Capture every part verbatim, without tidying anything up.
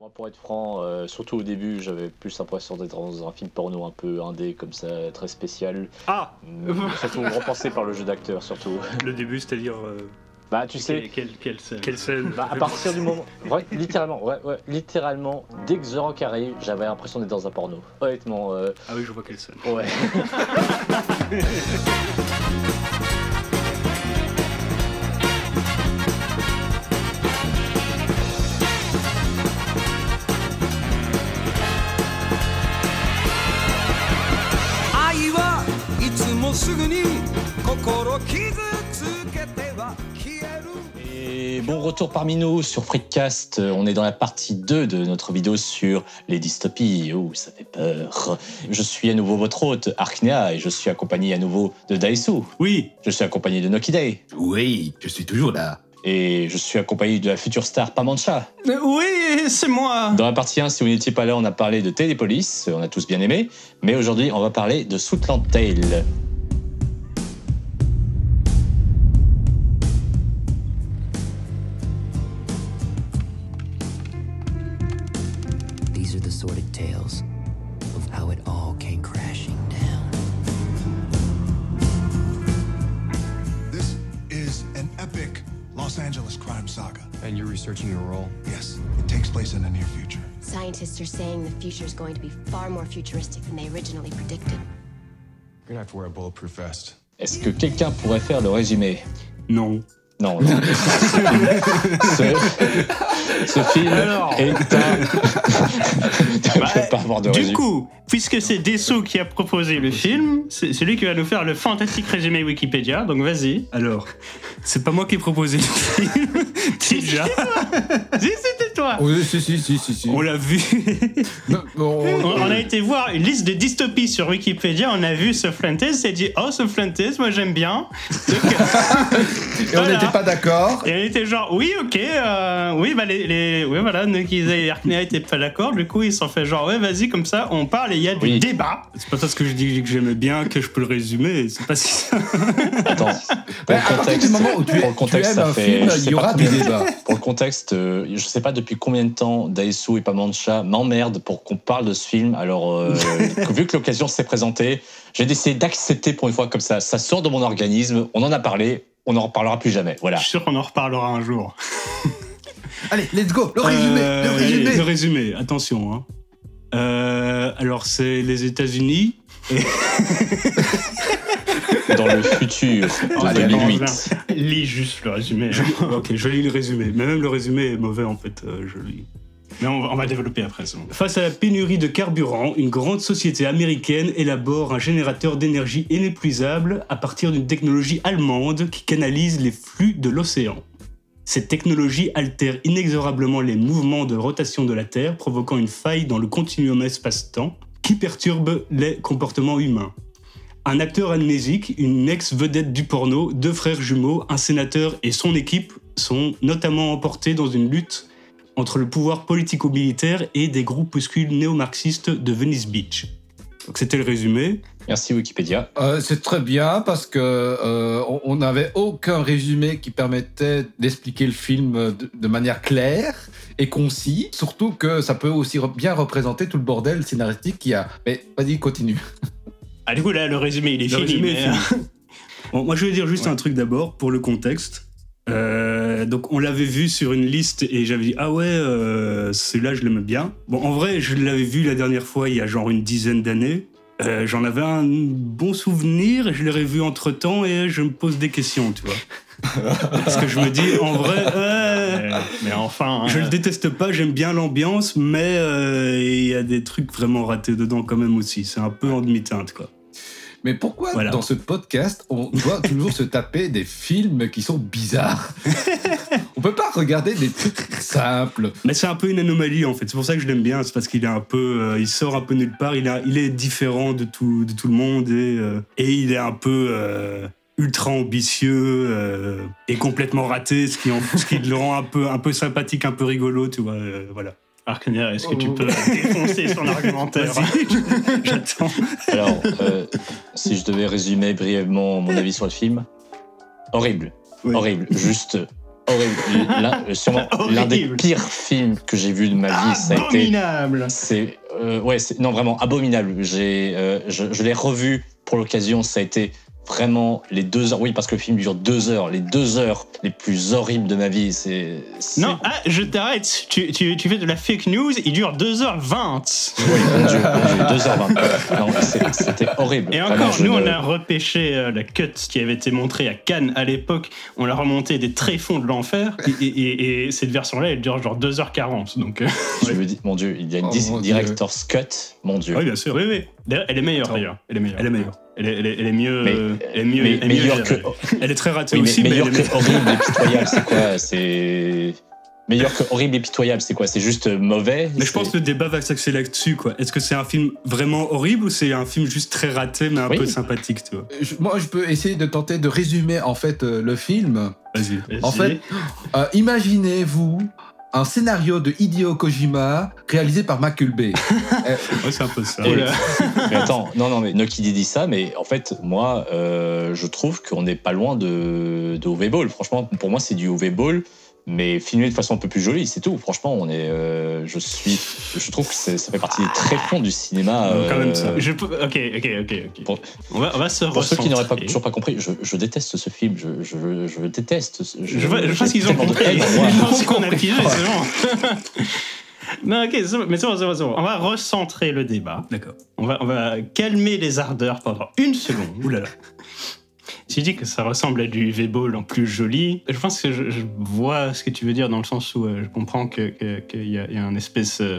Moi, pour être franc, euh, surtout au début, j'avais plus l'impression d'être dans un film porno un peu indé, comme ça, très spécial. Ah Mais surtout repensé par le jeu d'acteur, surtout. Le début, c'est-à-dire... Euh... Bah, tu sais... Quelle, quelle scène Quelle scène Bah, à partir du moment... Ouais, littéralement, ouais, ouais, littéralement, dès que The Rock arrive, j'avais l'impression d'être dans un porno. Honnêtement, euh... Ah oui, je vois quelle scène. Ouais. Et bon retour parmi nous sur Freakcast. On est dans la partie deux de notre vidéo sur les dystopies. Oh, ça fait peur. Je suis à nouveau votre hôte, Arknea, et je suis accompagné à nouveau de Daisu. Oui. Je suis accompagné de Nokiday. Oui, je suis toujours là. Et je suis accompagné de la future star Pamancha. Euh, oui, c'est moi. Dans la partie un, si vous n'étiez pas là, on a parlé de Télépolis, on a tous bien aimé. Mais aujourd'hui, on va parler de Southland Tale. These are the sordid tales of how it all came crashing down. This is an epic Los Angeles crime saga. And you're researching your role? Yes, it takes place in the near future. Scientists are saying the future is going to be far more futuristic than they originally predicted. You're gonna have to wear a bulletproof vest. Est-ce que quelqu'un pourrait faire le résumé ? Non. Non, non. ce, ce film Alors. est un... Tu Bah, peux pas avoir de Du résumé. coup, puisque c'est Dessou qui a proposé le film, c'est c'est lui qui va nous faire le fantastique résumé Wikipédia, donc vas-y. Alors, c'est pas moi qui ai proposé le film. Déjà. Si, c'était toi. Oui, si, si, si, si. si. On l'a vu. Non, bon, On, on a été voir une liste de dystopies sur Wikipédia, on a vu Southland Tale, s'est dit « Oh, Southland Tale, moi j'aime bien ». Et on n'était pas d'accord. Et on était genre « Oui, ok, euh, oui, bah les... les oui, voilà, Nokiza et Arknea étaient pas d'accord, du coup ils s'en fait genre « Ouais, vas-y, comme ça, on parle et il y a du Oui. débat ». C'est pas parce que je dis que j'aimais bien que je peux le résumer. C'est pas si ça. Attends, pour Ouais, le à partir contexte, du moment où tu, pour le tu contexte, aimes ça un fait, film, je il sais y pas aura des combien- débats. Pour le contexte, euh, je sais pas depuis combien de temps Daisu et Pamancha m'emmerdent pour qu'on parle de ce film. Alors, euh, vu que l'occasion s'est présentée, j'ai décidé d'accepter pour une fois comme ça. Ça sort de mon organisme, on en a parlé, on n'en reparlera plus jamais. Voilà. Je suis sûr qu'on en reparlera un jour. Allez, let's go. Le résumé. Euh, le résumé. allez, le résumé, attention. Hein. Euh, alors, c'est les États-Unis. Et... Dans le futur de Allez, deux mille attends, huit. viens. Lis juste le résumé. ok, je lis le résumé. Mais même le résumé est mauvais, en fait. Euh, je lis. Mais on va, on va développer après ça. Face à la pénurie de carburant, une grande société américaine élabore un générateur d'énergie inépuisable à partir d'une technologie allemande qui canalise les flux de l'océan. Cette technologie altère inexorablement les mouvements de rotation de la Terre, provoquant une faille dans le continuum espace-temps qui perturbe les comportements humains. Un acteur amnésique, une ex-vedette du porno, deux frères jumeaux, un sénateur et son équipe sont notamment emportés dans une lutte entre le pouvoir politico-militaire et des groupuscules néo-marxistes de Venice Beach. Donc c'était le résumé. Merci Wikipédia. Euh, c'est très bien parce que euh, on- on n'avait aucun résumé qui permettait d'expliquer le film de, de manière claire et concis. Surtout que ça peut aussi re- bien représenter tout le bordel scénaristique qu'il y a. Mais vas-y, continue. Ah, du coup, là, le résumé, il est Le fini. résumé est mais, fini. Bon, moi, je vais dire juste Ouais. un truc d'abord pour le contexte. Euh, donc, on l'avait vu sur une liste et j'avais dit ah ouais, euh, celui-là, je l'aimais bien. Bon, en vrai, je l'avais vu la dernière fois il y a genre une dizaine d'années. Euh, j'en avais un bon souvenir et je l'ai revu entre temps et je me pose des questions, tu vois. Parce que je me dis en vrai. euh, mais, mais enfin. hein, Je le déteste pas, j'aime bien l'ambiance, mais euh, il y a des trucs vraiment ratés dedans quand même aussi. C'est un peu en demi-teinte, quoi. Mais pourquoi Voilà. dans ce podcast on doit toujours se taper des films qui sont bizarres? On peut pas regarder des trucs simples. Mais c'est un peu une anomalie en fait. C'est pour ça que je l'aime bien. C'est parce qu'il est un peu, euh, il sort un peu nulle part. Il, a, il est différent de tout, de tout le monde et, euh, et il est un peu euh, ultra ambitieux euh, et complètement raté, ce qui, en, ce qui le rend un peu, un peu sympathique, un peu rigolo, tu vois. Euh, voilà. Arknea, est-ce que tu peux défoncer son argumentaire? J'attends. Alors, euh, si je devais résumer brièvement mon avis sur le film, horrible, Oui. horrible, juste horrible. L'un, sûrement l'un des pires films que j'ai vu de ma vie. Ça a été, Abominable. c'est, euh, ouais, c'est, non vraiment abominable. J'ai, euh, je, je l'ai revu pour l'occasion. Ça a été vraiment les deux heures. Oui, parce que le film dure deux heures. Les deux heures les plus horribles de ma vie. C'est, c'est... Non, ah, je t'arrête. Tu, tu, tu fais de la fake news. Il dure deux heures vingt. Oui, mon Dieu, mon Dieu, deux heures vingt. Non, c'est, c'était horrible. Et Vraiment, encore, nous, ne... on a repêché euh, la cut qui avait été montrée à Cannes à l'époque. On l'a remonté des tréfonds de l'enfer. Et, et, et, et cette version-là, elle dure genre deux heures quarante. Donc, euh, Je me dis, mon Dieu, il y a une Oh, dis- mon director's cut. Mon Dieu. Oui, bien sûr. oui, oui. D'ailleurs, elle est meilleure, d'ailleurs. Elle est meilleure. Elle est meilleure. Elle est, elle est, elle est mieux. Mais- euh, elle est mieux. mais elle est mieux meilleur que, gérée. Elle est très ratée oui, mais aussi, mais, meilleur elle est que horrible et pitoyable, c'est quoi? C'est meilleur que horrible et pitoyable, c'est quoi? C'est juste mauvais? Mais je C'est- pense que le débat va s'axer là-dessus, quoi. Est-ce que c'est un film vraiment horrible ou c'est un film juste très raté mais un Oui. peu sympathique, tu vois? Je- moi, je peux essayer de tenter de résumer en fait euh, le film. Vas-y. En fait, euh, imaginez-vous un scénario de Hideo Kojima réalisé par Maculbe. Ouais, c'est un peu ça. Et- Oh là. Mais attends, non, non, mais Nokidi dit ça, mais en fait, moi, euh, je trouve qu'on n'est pas loin de, de Uwe Boll. Franchement, pour moi, c'est du Uwe Boll, mais filmé de façon un peu plus jolie, c'est tout. Franchement, on est, euh, je suis, je trouve que c'est- ça fait partie des tréfonds du cinéma. Euh, quand même ça. Je peux... Ok, ok, ok, ok. Pour- On va, on va se Pour ceux qui n'auraient pas, recentrer. toujours pas compris, je, je déteste ce film. Je, je, je déteste. ce- Je, vois- je j'ai pense qu'ils ont tellement de compris. haine en moi. Je pense qu'on a pigé, c'est bon. Non, ok, c'est bon, mais c'est bon, c'est bon, c'est bon. On va recentrer le débat. D'accord. On va, on va calmer les ardeurs pendant une seconde. Ouh là là. Tu dis que ça ressemble à du V-Ball en plus joli. Je pense que je, je vois ce que tu veux dire dans le sens où euh, je comprends que, que, qu'il y a, il y a un espèce euh,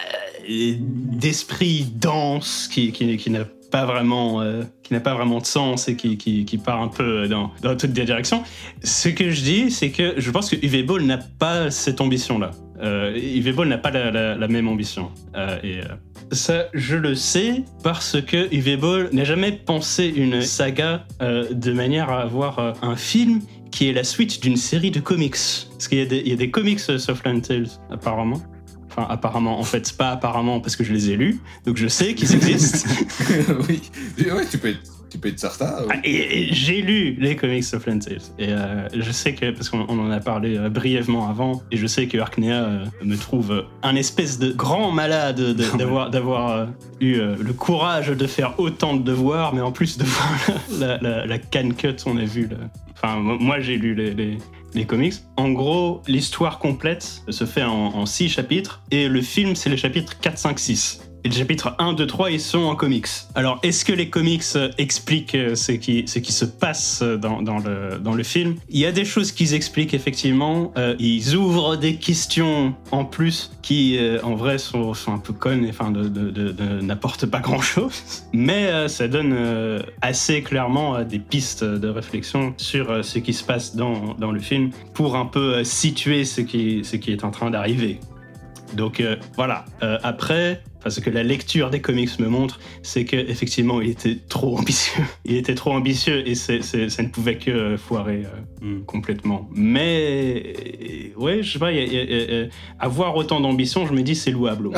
d'esprit dense qui, qui, qui n'a pas vraiment, euh, qui n'a pas vraiment de sens et qui, qui, qui part un peu dans, dans toutes les directions. Ce que je dis, c'est que je pense que Uwe Boll n'a pas cette ambition-là. Euh, Uwe Boll n'a pas la, la, la même ambition. Euh, et euh, ça, je le sais parce que Uwe Boll n'a jamais pensé une saga euh, de manière à avoir euh, un film qui est la suite d'une série de comics. Parce qu'il y a des, il y a des comics euh, Southland Tales, apparemment. Enfin, apparemment, en fait, pas apparemment parce que je les ai lus, donc je sais qu'ils existent. oui, oui, tu peux être, tu peux être certain. oui. Ah, Et, et j'ai lu les comics Southland Tales. Et euh, je sais que, parce qu'on on en a parlé euh, brièvement avant, et je sais que Arknea euh, me trouve euh, un espèce de grand malade de- d'avoir, d'avoir euh, eu euh, le courage de faire autant de devoirs, mais en plus de voir la, la, la can cut, on a vu. Là. Enfin, moi j'ai lu les, les, les comics. En gros, l'histoire complète se fait en, en six chapitres, et le film, c'est les chapitres quatre, cinq, six. Et les chapitres un, deux, trois, ils sont en comics. Alors, est-ce que les comics euh, expliquent euh, ce qui, ce qui se passe dans, dans, le, dans le film? Il y a des choses qu'ils expliquent, effectivement. Euh, ils ouvrent des questions en plus qui, euh, en vrai, sont, sont un peu connes et enfin, de, de, de, de, n'apportent pas grand-chose. Mais euh, ça donne euh, assez clairement euh, des pistes de réflexion sur euh, ce qui se passe dans, dans le film pour un peu euh, situer ce qui, ce qui est en train d'arriver. Donc euh, voilà. Euh, après, enfin, ce que la lecture des comics me montre, c'est qu'effectivement, il était trop ambitieux. Il était trop ambitieux et c'est, c'est, ça ne pouvait que euh, foirer euh, mm, complètement. Mais euh, ouais, je sais pas, y a, y a, y a, avoir autant d'ambition, je me dis, c'est louable.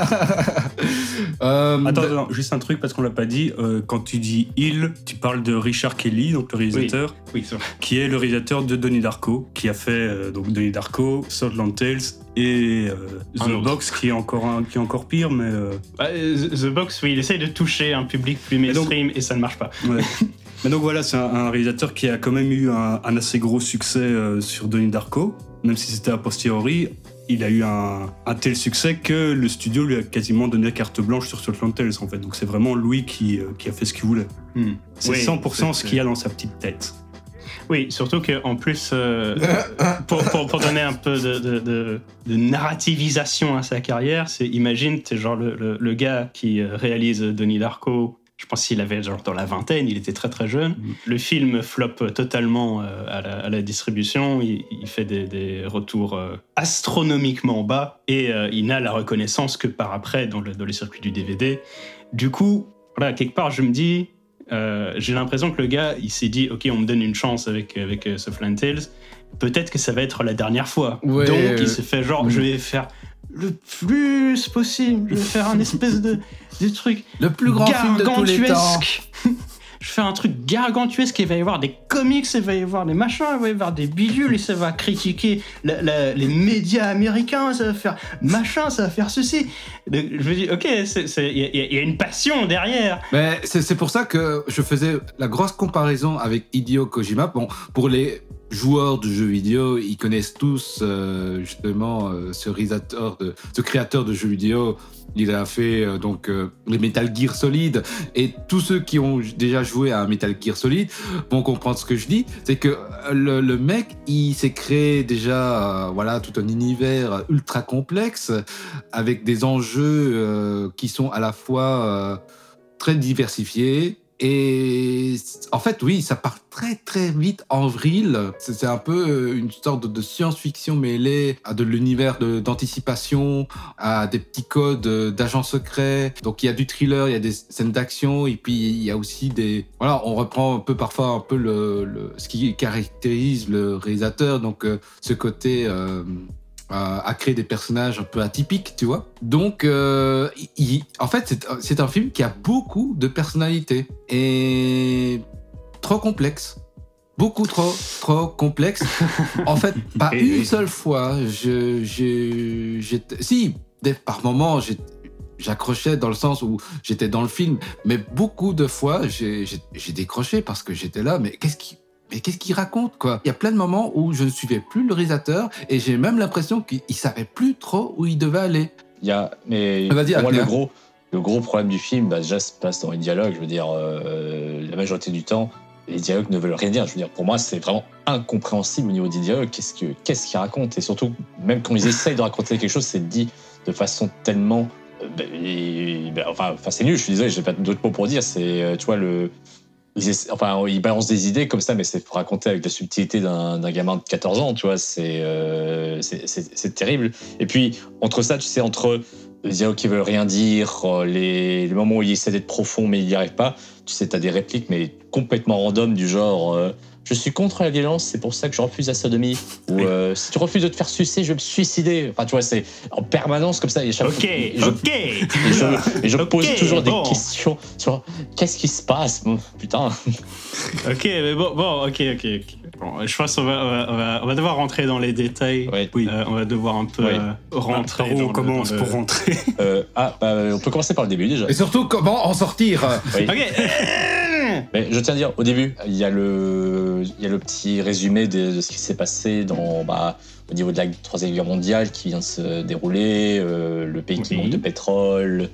Euh, Attends, attends, juste un truc parce qu'on l'a pas dit. Euh, quand tu dis il, tu parles de Richard Kelly, donc le réalisateur, Oui, c'est vrai. qui est le réalisateur de Donnie Darko, qui a fait euh, donc Donnie Darko, Southland Tales et euh, Un The autre. Box, qui est encore un, qui est encore pire, mais euh, Bah, The The Box, oui, il essaye de toucher un public plus mainstream et, ça ne marche pas. ouais. Mais donc voilà, c'est un, un réalisateur qui a quand même eu un, un assez gros succès euh, sur Donnie Darko, même si c'était a posteriori. Il a eu un, un tel succès que le studio lui a quasiment donné carte blanche sur Southland Tales, en fait. Donc c'est vraiment lui qui, euh, qui a fait ce qu'il voulait. Hmm. C'est Oui, cent pour cent c'est- ce qu'il y a dans sa petite tête. Oui, surtout qu'en plus, euh, pour, pour, pour donner un peu de, de, de, de narrativisation à sa carrière, c'est, imagine, t'es genre le, le, le gars qui euh, réalise Donnie Darko. Je pense qu'il avait genre dans la vingtaine, il était très très jeune. Mm. Le film floppe totalement euh, à, la, à la distribution, il, il fait des, des retours euh, astronomiquement bas et euh, il n'a la reconnaissance que par après dans le, dans le circuit du D V D. Du coup, voilà, quelque part, je me dis, euh, j'ai l'impression que le gars, il s'est dit, ok, on me donne une chance avec, avec euh, Southland Tales, peut-être que ça va être la dernière fois. Ouais, Donc, euh, il s'est fait genre, mm. je vais faire le plus possible, je vais faire un espèce de, de truc le plus grand film de tous les temps. gargantuesque. Je fais un truc gargantuesque, il va y avoir des comics, il va y avoir des machins, il va y avoir des bidules, et ça va critiquer la, la, les médias américains, ça va faire machin, ça va faire ceci. Donc, je me dis, ok, il y, y a une passion derrière. Mais c'est, c'est pour ça que je faisais la grosse comparaison avec Hideo Kojima. Bon, pour les joueurs de jeux vidéo, ils connaissent tous euh, justement euh, ce réalisateur, de, ce créateur de jeux vidéo. Il a fait euh, donc euh, les Metal Gear Solid, et tous ceux qui ont déjà joué à un Metal Gear Solid vont comprendre ce que je dis. C'est que le, le mec, il s'est créé déjà euh, voilà tout un univers ultra complexe avec des enjeux euh, qui sont à la fois euh, très diversifiés. Et en fait, oui, ça part très très vite en vrille. C'est, c'est un peu une sorte de, de science-fiction mêlée à de l'univers de, d'anticipation, à des petits codes d'agents secrets. Donc il y a du thriller, il y a des scènes d'action, et puis il y a aussi des... Voilà, on reprend un peu parfois un peu le, le, ce qui caractérise le réalisateur, donc euh, ce côté... Euh, à créer des personnages un peu atypiques, tu vois. Donc, euh, il, en fait, c'est, c'est un film qui a beaucoup de personnalité et trop complexe. Beaucoup trop, trop complexe. En fait, pas et une oui. seule fois, je, je, j'étais... Si, par moments, j'ai, j'accrochais dans le sens où j'étais dans le film, mais beaucoup de fois, j'ai, j'ai, j'ai décroché parce que j'étais là, mais qu'est-ce qui... Mais qu'est-ce qu'il raconte, quoi? Il y a plein de moments où je ne suivais plus le réalisateur et j'ai même l'impression qu'il ne savait plus trop où il devait aller. Il y a, mais Vas-y, pour moi, Akner. le gros, le gros problème du film, bah, déjà, se passe dans les dialogues. Je veux dire, euh, la majorité du temps, les dialogues ne veulent rien dire. Je veux dire, pour moi, c'est vraiment incompréhensible au niveau des dialogues. Qu'est-ce que, qu'est-ce qu'ils racontent? Et surtout, même quand ils essayent de raconter quelque chose, c'est dit de façon tellement, euh, bah, et, bah, enfin, enfin, c'est nul. Je suis désolé, j'ai pas d'autres mots pour dire. C'est, euh, tu vois, le Ils, essa- enfin, ils balancent des idées comme ça, mais c'est pour raconter avec la subtilité d'un, d'un gamin de quatorze ans, tu vois, c'est, euh, c'est, c'est, c'est terrible. Et puis, entre ça, tu sais, entre les dialogues qui veulent rien dire, les, les moments où il essaie d'être profond mais il n'y arrive pas, tu sais, t'as des répliques, mais complètement random, du genre euh, je suis contre la violence, c'est pour ça que je refuse la sodomie. Ou euh, si tu refuses de te faire sucer, je vais me suicider. Enfin, tu vois, c'est en permanence comme ça. Et chaque Ok, fois- et je, ok. et je, et je Ok, pose toujours bon. des questions sur qu'est-ce qui se passe. Putain. Ok, mais bon, bon, ok, ok. ok. Bon, je pense qu'on va, on va, on va, on va devoir rentrer dans les détails. Ouais. Oui. Euh, on va devoir un peu Oui. euh, rentrer. Par où dans on le- commence dans le- pour rentrer? Euh, ah, bah, on peut commencer par le début déjà. Et surtout, comment en sortir? Oui. Ok. Mais je tiens à dire, au début, il y a le, il y a le petit résumé de, de ce qui s'est passé dans, bah, au niveau de la Troisième Guerre mondiale qui vient de se dérouler, euh, le pays qui Oui. manque de pétrole,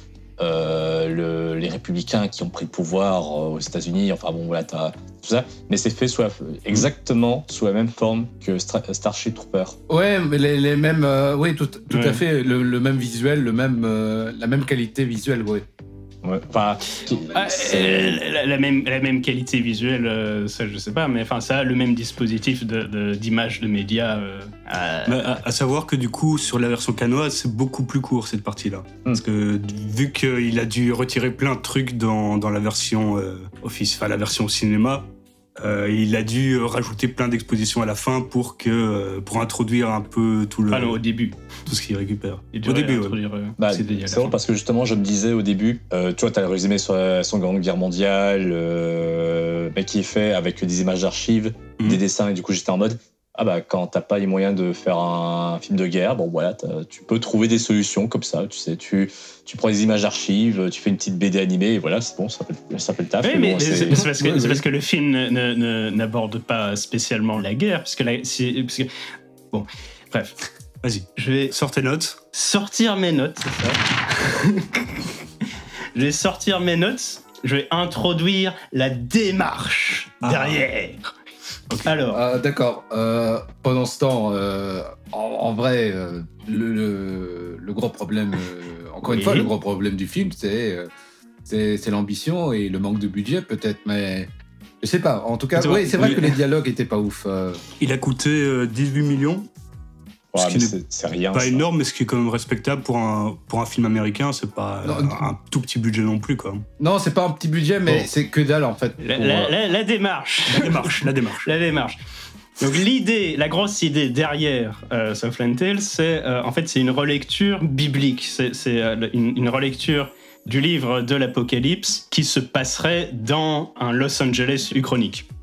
euh, le- les républicains qui ont pris le pouvoir euh, aux États-Unis. Enfin bon, voilà, t'as tout ça. Mais c'est fait sous la- exactement sous la même forme que Stra- Starship Trooper. Ouais, mais les, les mêmes... euh, oui, tout, tout Ouais. à fait, le, le même visuel, le même, euh, la même qualité visuelle, oui. Ouais. Enfin, qui- Ah, c'est- euh, la, la même, la même qualité visuelle, euh, ça je sais pas, mais enfin ça a le même dispositif de, de, d'image de médias. Euh, à- Mais à, à savoir que du coup, sur la version canoise, c'est beaucoup plus court cette partie-là. Parce que vu qu'il a dû retirer plein de trucs dans, dans la version euh, office, enfin la version cinéma, euh, il a dû euh, rajouter plein d'expositions à la fin pour que euh, pour introduire un peu tout le Ah non, au début. tout ce qu'il récupère. Il Au devrait début, ouais. introduire, euh, Bah, c'est dédié à la c'est drôle fin. parce que justement, je me disais au début, euh, tu vois, tu as le résumé sur la Seconde Guerre mondiale, euh, mais qui est fait avec des images d'archives, Mhm. des dessins, et du coup, j'étais en mode, ah bah, quand t'as pas les moyens de faire un film de guerre, bon voilà, t'as- tu peux trouver des solutions comme ça, tu sais, tu, tu prends des images d'archives, tu fais une petite B D animée, et voilà, c'est bon, ça fait, ça fait le taf. Oui, mais mais bon, c'est, c'est- c'est parce que, Oui, c'est oui. parce que le film ne, ne- ne- n'aborde pas spécialement la guerre, puisque, la, c'est, parce que bon, bref, Vas-y, je vais sors tes notes. sortir mes notes, c'est ça. Je vais sortir mes notes, je vais introduire la démarche Ah. derrière. Alors, Ah, d'accord. Euh, pendant ce temps, euh, en, en vrai, euh, le, le, le gros problème, euh, encore une Oui. fois, le gros problème du film, c'est, euh, c'est, c'est l'ambition et le manque de budget, peut-être, mais je sais pas. En tout cas, C'est oui, vrai. c'est vrai Oui. que les dialogues étaient pas ouf. euh. Il a coûté euh, dix-huit millions. Ouais, ce qui mais n'est c'est, c'est rien. Pas ça. énorme, mais ce qui est quand même respectable pour un, pour un film américain. C'est pas euh, Non, un tout petit budget non plus, quoi. Non, c'est pas un petit budget, mais Bon. c'est que dalle, en fait. la, pour, la- euh, la- la démarche. La démarche, la démarche. La démarche. Donc l'idée, la grosse idée derrière euh, Southland Tales, c'est euh, en fait c'est une relecture biblique. C'est, c'est euh, une, une relecture du livre de l'Apocalypse qui se passerait dans un Los Angeles uchronique.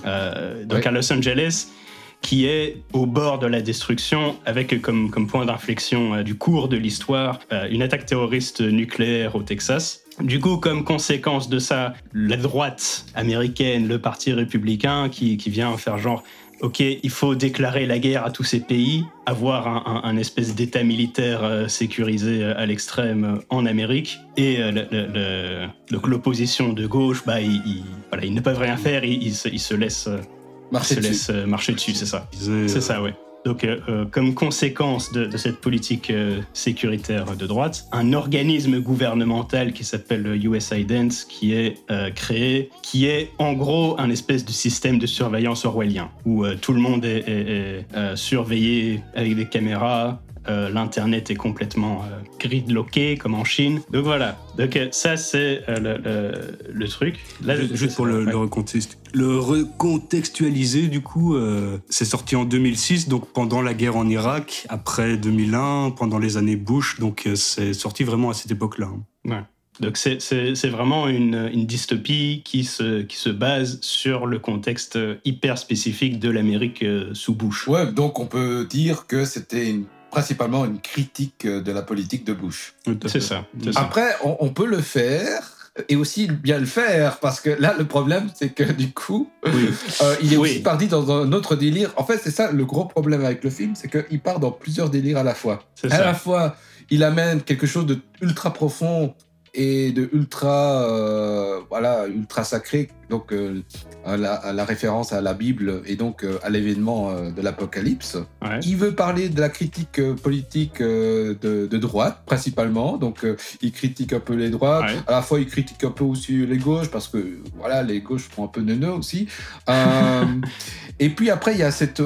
euh, donc Ouais. à Los Angeles, qui est au bord de la destruction, avec comme, comme point d'inflexion euh, du cours de l'histoire euh, une attaque terroriste nucléaire au Texas. Du coup, comme conséquence de ça, la droite américaine, le parti républicain, qui, qui vient faire genre « Ok, il faut déclarer la guerre à tous ces pays, avoir un, un, un espèce d'état militaire euh, sécurisé euh, à l'extrême euh, en Amérique. » Et euh, le, le, le, donc l'opposition de gauche, bah, ils, ils, voilà, ils ne peuvent rien faire, ils, ils, se, ils se laissent... Euh, Marcher se dessus. laisse euh, marcher dessus, c'est ça. Disait, C'est euh, ça, ouais. Donc, euh, euh, comme conséquence de, de cette politique euh, sécuritaire de droite, un organisme gouvernemental qui s'appelle le U S Ident, qui est euh, créé, qui est en gros un espèce de système de surveillance orwellien, où euh, tout le monde est, est, est euh, surveillé avec des caméras. Euh, L'Internet est complètement euh, gridlocké, comme en Chine. Donc voilà. Donc euh, ça, c'est euh, le, le, le truc. Là, Juste, je- juste pour le, ouais. le, recontexte- le recontextualiser, du coup, euh, c'est sorti en deux mille six, donc pendant la guerre en Irak, après deux mille un, pendant les années Bush, donc euh, c'est sorti vraiment à cette époque-là. hein. Ouais. Donc c'est, c'est, c'est vraiment une, une dystopie qui se, qui se base sur le contexte hyper spécifique de l'Amérique euh, sous Bush. Ouais, donc on peut dire que c'était une- principalement une critique de la politique de Bush. Tout à C'est fait. ça. C'est ça. Après, on, on peut le faire et aussi bien le faire parce que là, le problème, c'est que du coup, Oui. euh, il est Oui. aussi parti dans un autre délire. En fait, c'est ça le gros problème avec le film, c'est qu'il part dans plusieurs délires à la fois. C'est À ça. la fois, il amène quelque chose de ultra profond et de ultra, euh, voilà, ultra sacré, donc euh, à la, à la référence à la Bible et donc euh, à l'événement euh, de l'Apocalypse. Ouais. Il veut parler de la critique euh, politique euh, de, de droite, principalement. Donc, euh, il critique un peu les droites. Ouais. À la fois, il critique un peu aussi les gauches, parce que, voilà, les gauches font un peu neuneux aussi. Euh, et puis après, il y a cette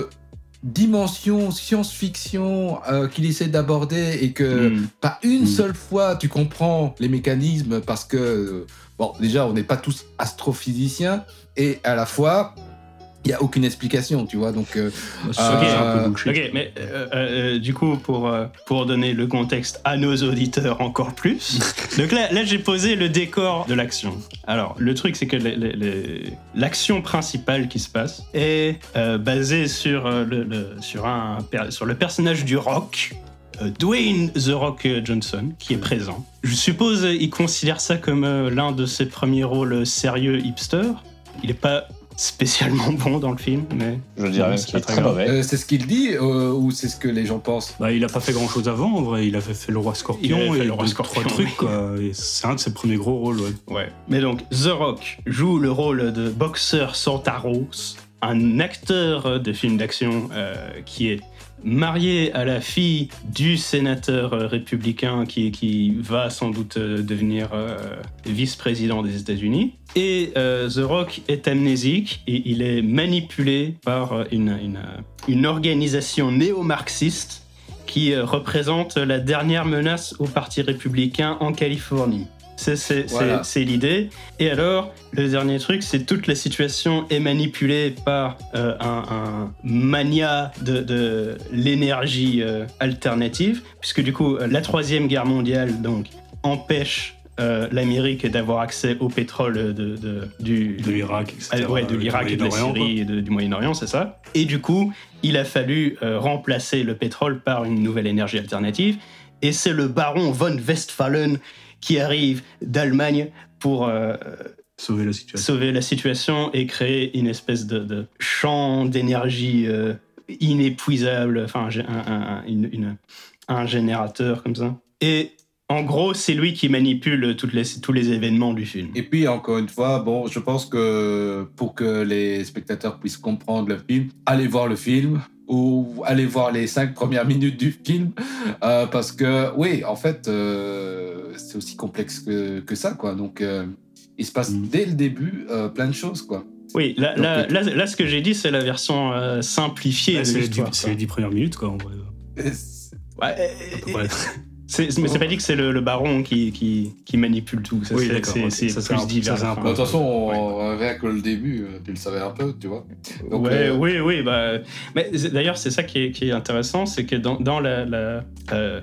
dimension science-fiction euh, qu'il essaie d'aborder et que Mm. pas une Mm. seule fois tu comprends les mécanismes parce que, euh, bon, déjà, on n'est pas tous astrophysiciens et à la fois, il n'y a aucune explication, tu vois. Donc, euh, C'est Euh, c'est un peu bullshit. Ok, mais euh, euh, du coup, pour, euh, pour donner le contexte à nos auditeurs encore plus, donc là, là j'ai posé le décor de l'action. Alors, le truc, c'est que les- les- les- l'action principale qui se passe est euh, basée sur, euh, le, le- sur, un, per- sur le personnage du Rock, euh, Dwayne The Rock Johnson, qui est présent. Je suppose euh, il considère ça comme euh, l'un de ses premiers rôles sérieux hipster. Il n'est pas spécialement bon dans le film, mais... Je dirais même C'est qu'il est pas très grave. mauvais. euh, c'est ce qu'il dit euh, ou c'est ce que les gens pensent? Bah, il a pas fait grand chose avant, en vrai. Il avait fait le roi Scorpion Il avait fait et le Roi deux, Scorpion, trois trucs, oui. quoi. Et c'est un de ses premiers gros rôles, ouais. Ouais. Mais donc, The Rock joue le rôle de boxeur Santaros, un acteur de film d'action euh, qui est marié à la fille du sénateur euh, républicain qui, qui va sans doute euh, devenir euh, vice-président des États-Unis. Et euh, The Rock est amnésique et il est manipulé par euh, une, une, une organisation néo-marxiste qui euh, représente la dernière menace au Parti républicain en Californie. C'est, c'est, Voilà. c'est, c'est l'idée. Et alors, le dernier truc, c'est toute la situation est manipulée par euh, un, un mania de, de l'énergie euh, alternative, puisque du coup, euh, la Troisième Guerre mondiale donc, empêche euh, l'Amérique d'avoir accès au pétrole de, de, du, De l'Irak, et cetera. ah, ouais, de l'Irak et de la Moyen-Orient, quoi. Syrie et de- du Moyen-Orient, c'est ça. Et du coup, il a fallu euh, remplacer le pétrole par une nouvelle énergie alternative. Et c'est le baron von Westphalen qui arrive d'Allemagne pour euh, Sauver la situation. sauver la situation et créer une espèce de, de champ d'énergie euh, inépuisable, enfin un, un- un- une- une- un générateur comme ça. Et en gros, c'est lui qui manipule toutes les, tous les événements du film. Et puis, encore une fois, bon, je pense que pour que les spectateurs puissent comprendre le film, allez voir le film ou allez voir les cinq premières minutes du film, euh, parce que, oui, en fait, euh, c'est aussi complexe que, que ça, quoi. Donc, euh, il se passe Mm. dès le début euh, plein de choses, quoi. Oui, là, Donc, là, euh, là, là, ce que j'ai dit, c'est la version euh, simplifiée Ouais, de c'est les, l'histoire. dix- c'est les dix premières minutes, quoi, en vrai. Et c'est- Ouais, À peu près. c'est- mais c'est pas dit que c'est le, le baron qui, qui, qui manipule tout. Ça, Oui, c'est, d'accord, c'est, ok. c'est Ça, c'est plus un- dit ça, vers c'est la un fin. peu- De toute façon, Ouais. on- rien que le début, euh, tu le savais un peu, tu vois. Donc, ouais, euh, oui, oui. Bah, mais c'est- d'ailleurs, c'est ça qui est, qui est intéressant, c'est que dans, dans la, la, euh,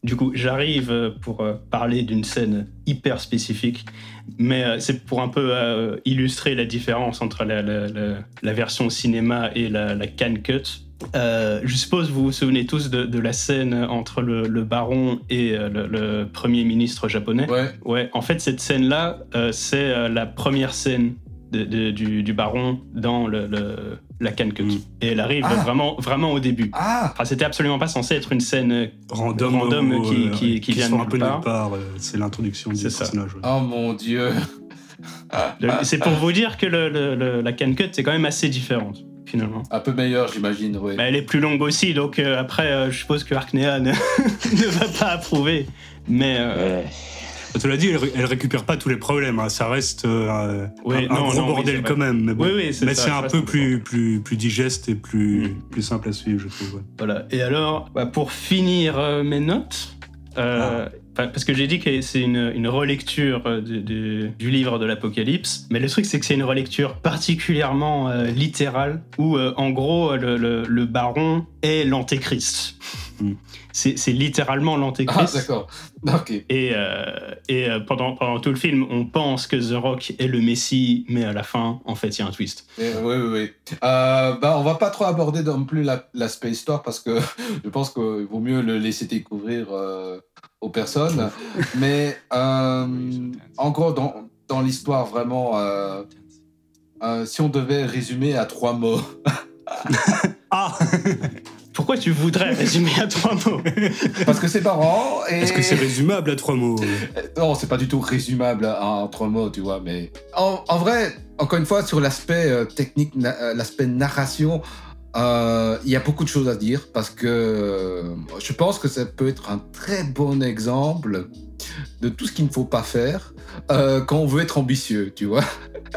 du coup, j'arrive euh, pour euh, parler d'une scène hyper spécifique, mais euh, c'est pour un peu euh, illustrer la différence entre la, la, la, la version cinéma et la, la Cannes Cut. Euh, je suppose vous vous souvenez tous de, de la scène entre le, le baron et euh, le, le premier ministre japonais. Ouais. Ouais. En fait, cette scène-là, euh, c'est euh, la première scène de, de, du, du baron dans le, le, la Cannes Cut. Mm. Et elle arrive ah. vraiment, vraiment au début. Ah. Enfin, c'était absolument pas censé être une scène random, random euh, qui, qui, qui, qui vient de un peu nulle part. Euh, c'est l'introduction du personnage. Ouais. Oh mon Dieu. Le, c'est pour vous dire que le, le, le, la Cannes Cut, c'est quand même assez différente. Finalement. Un peu meilleure, j'imagine, oui. Bah, elle est plus longue aussi, donc euh, après, euh, je suppose que Arknea ne, ne va pas approuver. Mais. Euh... Ouais. Tu l'as dit, elle, elle récupère pas tous les problèmes. Hein. Ça reste euh, oui, un, non, un gros non, bordel oui, quand même. Mais, bon. oui, oui, c'est, mais ça, c'est un peu plus, plus, plus digeste et plus, mmh. plus simple à suivre, je trouve. Ouais. Voilà. Et alors, bah, pour finir euh, mes notes. Euh, ah. Parce que j'ai dit que c'est une, une relecture de, de, du livre de l'Apocalypse, mais le truc c'est que c'est une relecture particulièrement euh, littérale, où euh, en gros le, le, le baron est l'antéchrist. Mm. C'est, c'est littéralement l'antéchrist. Ah d'accord, ok. Et, euh, et euh, pendant, pendant tout le film, on pense que The Rock est le Messie, mais à la fin, en fait, il y a un twist. Oui, oui, oui. Euh, bah, on va pas trop aborder non plus la, l'aspect histoire, parce que je pense qu'il vaut mieux le laisser découvrir... Euh... aux personnes, mais euh, en gros, dans, dans l'histoire, vraiment, euh, euh, si on devait résumer à trois mots... Ah Pourquoi tu voudrais résumer à trois mots? Parce que c'est marrant et... Est-ce que c'est résumable à trois mots? Non, c'est pas du tout résumable en trois mots, tu vois, mais... En, en vrai, encore une fois, sur l'aspect euh, technique, na- l'aspect narration... Il euh, y a beaucoup de choses à dire parce que euh, je pense que ça peut être un très bon exemple de tout ce qu'il ne faut pas faire euh, quand on veut être ambitieux, tu vois.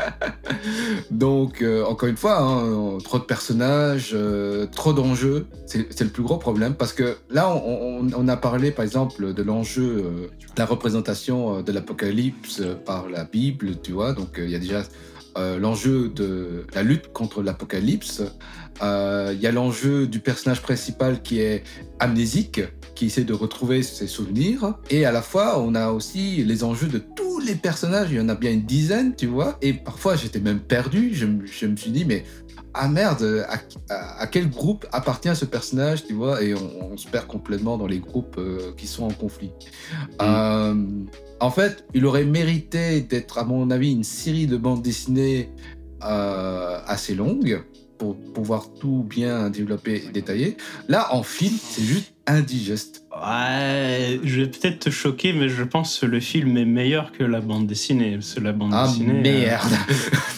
Donc, euh, encore une fois, hein, trop de personnages, euh, trop d'enjeux, c'est, c'est le plus gros problème parce que là, on, on, on a parlé par exemple de l'enjeu, euh, la représentation de l'Apocalypse par la Bible, tu vois. Donc, il euh, y a déjà euh, l'enjeu de la lutte contre l'Apocalypse. Il euh, y a l'enjeu du personnage principal qui est amnésique, qui essaie de retrouver ses souvenirs. Et à la fois, on a aussi les enjeux de tous les personnages. Il y en a bien une dizaine, tu vois. Et parfois, j'étais même perdu. Je, je me suis dit, mais ah merde, à, à, à quel groupe appartient ce personnage, tu vois. Et on, on se perd complètement dans les groupes euh, qui sont en conflit. Mmh. Euh, en fait, il aurait mérité d'être, à mon avis, une série de bandes dessinées euh, assez longue, pour pouvoir tout bien développer et détailler. Là, en film, c'est juste indigeste. Ouais, je vais peut-être te choquer, mais je pense que le film est meilleur que la bande dessinée. Parce que la bande ah, dessinée... merde euh...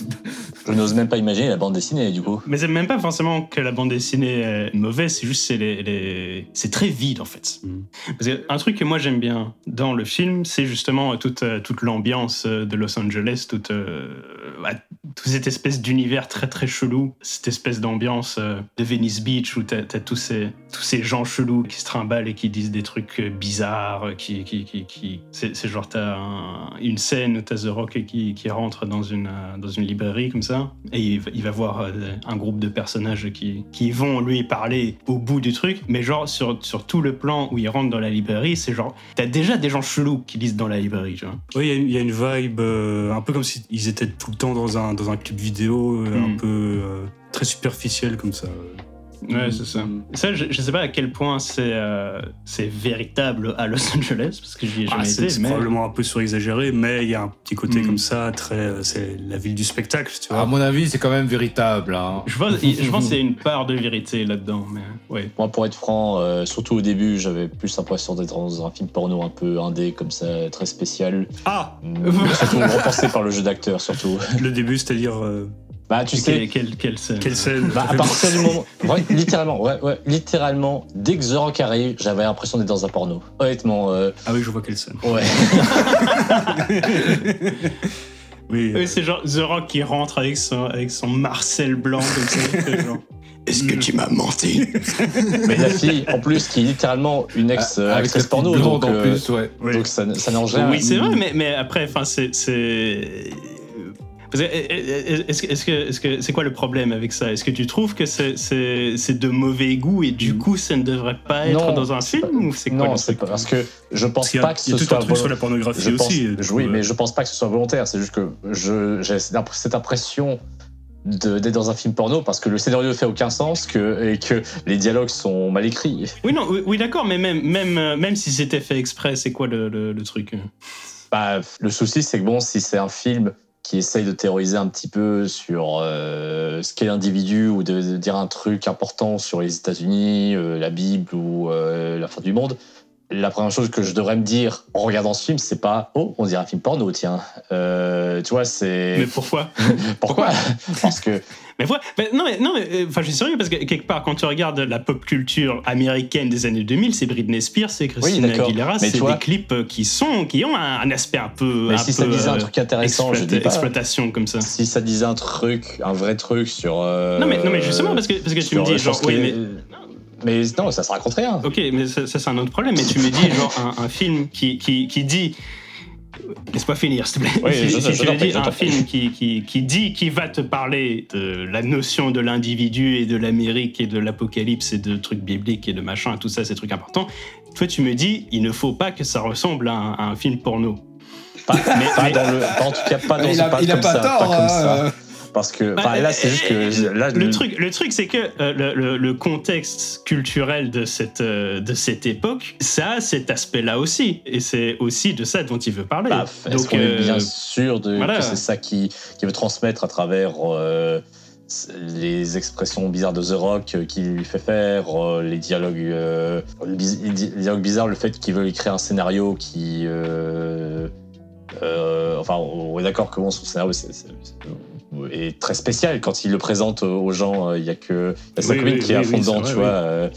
Je n'ose même pas imaginer la bande dessinée, du coup. Mais c'est même pas forcément que la bande dessinée est mauvaise, c'est juste c'est les, les... c'est très vide, en fait. Mm. Parce qu'un truc que moi j'aime bien dans le film, c'est justement toute, toute l'ambiance de Los Angeles, toute, euh, toute cette espèce d'univers très très chelou, cette espèce d'ambiance de Venice Beach où t'as, t'as tous, ces, tous ces gens chelous qui se trimballent et qui disent des trucs bizarres, qui, qui, qui, qui... C'est, c'est genre t'as un, une scène où t'as The Rock qui, qui rentre dans une, dans une librairie comme ça, et il va, il va voir un groupe de personnages qui, qui vont lui parler au bout du truc, mais genre sur, sur tout le plan où il rentre dans la librairie, c'est genre t'as déjà des gens chelous qui lisent dans la librairie, tu vois. Oui, il y, y a une vibe euh, un peu comme s'ils étaient tout le temps dans un, dans un clip vidéo, euh, mm. un peu euh, très superficiel comme ça. Ouais, c'est ça. Ça, je, je sais pas à quel point c'est, euh, c'est véritable à Los Angeles, parce que j'y ai jamais ah, c'est, été. C'est mais... probablement un peu surexagéré, mais il y a un petit côté mm. comme ça, très, c'est la ville du spectacle, tu vois. À mon avis, c'est quand même véritable. Hein. Je pense, je pense qu'il y a une part de vérité là-dedans, mais ouais. Moi, pour être franc, euh, surtout au début, j'avais plus l'impression d'être dans un film porno un peu indé, comme ça, très spécial. Ah mais surtout repensé par le jeu d'acteur, surtout. Le début, c'est-à-dire... Euh... Bah, tu sais. Quelle, quelle, quelle scène Quelle scène bah, à partir du moment. Ouais, littéralement, ouais, ouais. Littéralement, dès que The Rock arrive, j'avais l'impression d'être dans un porno. Honnêtement. Euh... Ah oui, je vois quelle scène. Ouais. oui, oui, c'est genre The Rock qui rentre avec son, avec son Marcel blanc comme ça. Genre, est-ce que tu m'as menti? Mais la fille, en plus, qui est littéralement une ex ah, actrice porno, donc, en euh, plus, ouais. donc ça, ça n'arrange rien. Oui, c'est vrai, mais, mais après, enfin, c'est. c'est... Parce que, est-ce que, est-ce que, est-ce que, c'est quoi le problème avec ça? Est-ce que tu trouves que c'est, c'est, c'est de mauvais goût et du coup ça ne devrait pas être Non, dans un c'est film pas- ou c'est quoi Non, le c'est truc pas parce que je pense Parce qu'il y a- pas que il y a ce tout soit un truc sur la volo- pornographie je pense- aussi. du Oui, coup, mais euh. je pense pas que ce soit volontaire. C'est juste que je, j'ai cette impression de, d'être dans un film porno parce que le scénario ne fait aucun sens que, et que les dialogues sont mal écrits. Oui, non, oui, oui, d'accord, mais même, même, euh, même si c'était fait exprès, c'est quoi le, le, le truc? Bah, le souci, c'est que bon, si c'est un film qui essaye de théoriser un petit peu sur euh, ce qu'est l'individu ou de, de dire un truc important sur les États-Unis, euh, la Bible ou euh, la fin du monde, la première chose que je devrais me dire en regardant ce film, c'est pas « Oh, on dirait un film porno, tiens. Euh, » Tu vois, c'est... Mais pourquoi? Pourquoi? Parce que... Mais voilà, mais non, mais, non, mais, euh, enfin, je suis sérieux parce que quelque part, quand tu regardes la pop culture américaine des années deux mille, c'est Britney Spears, c'est Christina d'accord. Aguilera, Mais c'est tu vois- des clips euh, qui sont, qui ont un, un aspect un peu, Mais un si peu, ça disait un euh, truc intéressant, je exploita- dis pas. exploitation comme ça. Si ça disait un truc, un vrai truc sur... euh, Non, mais, non, mais justement parce que, parce que tu me sur- dis sur genre, ce qui oui, est- mais. Mais non, ça se raconte rien. Ok, mais ça, ça, c'est un autre problème. Mais tu me dis genre un, un film qui, qui, qui dit. Laisse-moi finir, s'il te plaît. Oui, si je- si je tu t'en me prie, dis je t'en un prie. film qui, qui, qui dit, qui va te parler de la notion de l'individu et de l'Amérique et de l'apocalypse et de trucs bibliques et de machin, tout ça, ces trucs importants. Toi, tu me dis, il ne faut pas que ça ressemble à un, à un film porno. Pas, pas dans le, pas en tout cas pas dans Il ce- a- pas il a comme pas ça, tort, pas comme hein, ça. euh. Parce que Bah, enfin, là, c'est juste que là, le truc, le truc, c'est que euh, le, le- le contexte culturel de cette euh, de cette époque, ça a cet aspect-là aussi, et c'est aussi de ça dont il veut parler. bah, est-ce Donc, qu'on est euh, bien sûr de, voilà. que c'est ça qui, qui veut transmettre à travers euh, les expressions bizarres de The Rock euh, qu'il lui fait faire, euh, les dialogues, euh, les bis- les dialogues bizarres, le fait qu'il veut écrire un scénario qui euh, euh, enfin, on est d'accord que bon, son scénario c'est, c'est- c'est- est très spécial. Quand il le présente aux gens, euh, il y a que il y a sa Oui, copine oui, qui est à oui, fond oui, dedans, c'est tu vrai, vois. oui. euh,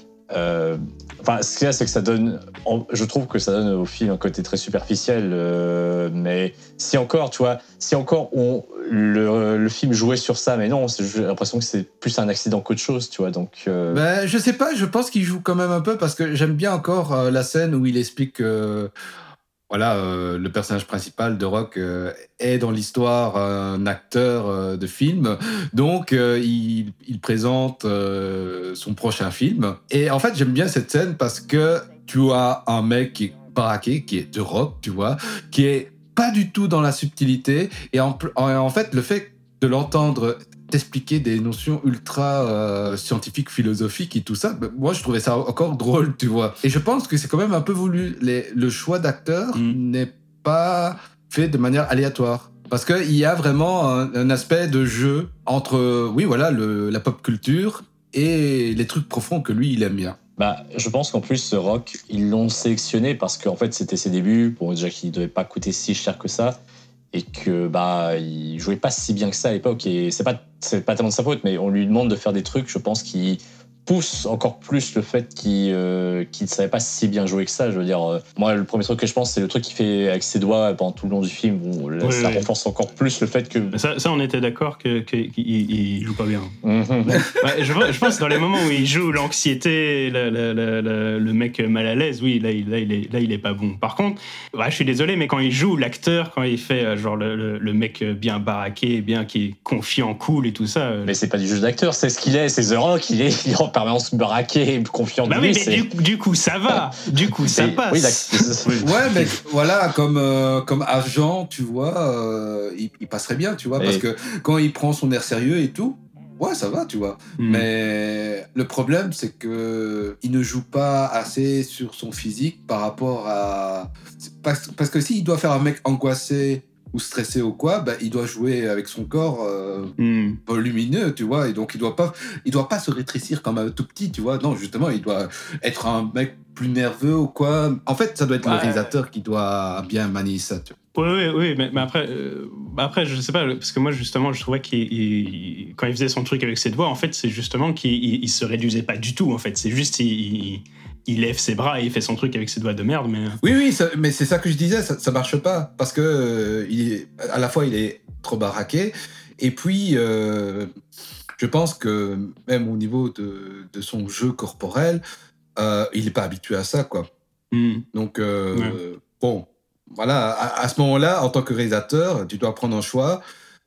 euh, Enfin, ce qu'il y a, c'est que ça donne. en- Je trouve que ça donne au film un côté très superficiel. euh, mais si encore, tu vois, si encore on, le, le film jouait sur ça, mais non, c'est- j'ai l'impression que c'est plus un accident qu'autre chose, tu vois. Donc. euh, Ben, je sais pas, je pense qu'il joue quand même un peu parce que j'aime bien encore euh, la scène où il explique que voilà, euh, le personnage principal de Rock euh, est dans l'histoire un acteur euh, de film. Donc, euh, il, il présente euh, son prochain film. Et en fait, j'aime bien cette scène parce que tu as un mec qui est baraqué, qui est de Rock, tu vois, qui est pas du tout dans la subtilité. Et en, pl- en, en fait, le fait de l'entendre t'expliquer des notions ultra euh, scientifiques, philosophiques et tout ça, ben, moi je trouvais ça encore drôle, tu vois. Et je pense que c'est quand même un peu voulu. Les, le choix d'acteur Mm. n'est pas fait de manière aléatoire. Parce qu'il y a vraiment un, un aspect de jeu entre, oui, voilà, le, la pop culture et les trucs profonds que lui, il aime bien. Bah, je pense qu'en plus, ce Rock, ils l'ont sélectionné parce qu'en fait, c'était ses débuts. Bon, déjà qu'il ne devait pas coûter si cher que ça. Et que, bah, il jouait pas si bien que ça à l'époque. Et c'est pas, c'est pas tellement de sa faute, mais on lui demande de faire des trucs, je pense, qui poussent encore plus le fait qu'il euh, qu'il ne savait pas si bien jouer que ça. Je veux dire, euh, moi, le premier truc que je pense, c'est le truc qu'il fait avec ses doigts pendant tout le long du film. Bon, là, Oui, ça oui. renforce encore plus le fait que. Mais Ça, ça, on était d'accord que, que- qu'il il- Il joue pas bien. Mhm. Ouais, je, vois- je pense que dans les moments où il joue l'anxiété, le, le- le- le- le mec mal à l'aise, oui, là, il- là, il est, là, il est pas bon. Par contre, ouais, je suis désolé, mais quand il joue l'acteur, quand il fait euh, genre le, le- le mec bien baraqué, bien qui est confiant, cool et tout ça. euh, Mais c'est pas du jeu d'acteur, c'est ce qu'il est, c'est The Rock, il est, il est en permanence baraqué, confiant de bah lui. oui, mais c'est- du, du coup, ça va. Du coup, ça c'est- passe. Oui, d'accord. Ouais, mais voilà, comme, euh, comme agent, tu vois, euh, il, il passerait bien, tu vois, Et- parce que quand il prend son air sérieux et tout, ouais, ça va, tu vois. Hmm. Mais le problème, c'est que il ne joue pas assez sur son physique par rapport à... c'est Parce, parce que s'il doit faire un mec angoissé ou stressé ou quoi, bah, il doit jouer avec son corps euh, Hmm. volumineux, tu vois, et donc il doit pas, il doit pas se rétrécir comme un tout petit, tu vois. Non, justement, il doit être un mec plus nerveux ou quoi. En fait, ça doit être le Ouais. réalisateur qui doit bien manier ça, tu vois. Oui, oui, oui, mais, mais après, euh, après, je sais pas, parce que moi, justement, je trouvais qu'il, il- quand il faisait son truc avec ses doigts, en fait, c'est justement qu'il il, il se réduisait pas du tout, en fait. C'est juste, il, il, il lève ses bras et il fait son truc avec ses doigts de merde, mais. Oui, oui, ça- mais c'est ça que je disais, ça, ça marche pas parce que euh, il est, à la fois il est trop baraqué et puis euh, je pense que même au niveau de, de son jeu corporel, euh, il est pas habitué à ça, quoi. Hmm. Donc euh, Ouais. bon, voilà, à, à ce moment-là, en tant que réalisateur, tu dois prendre un choix.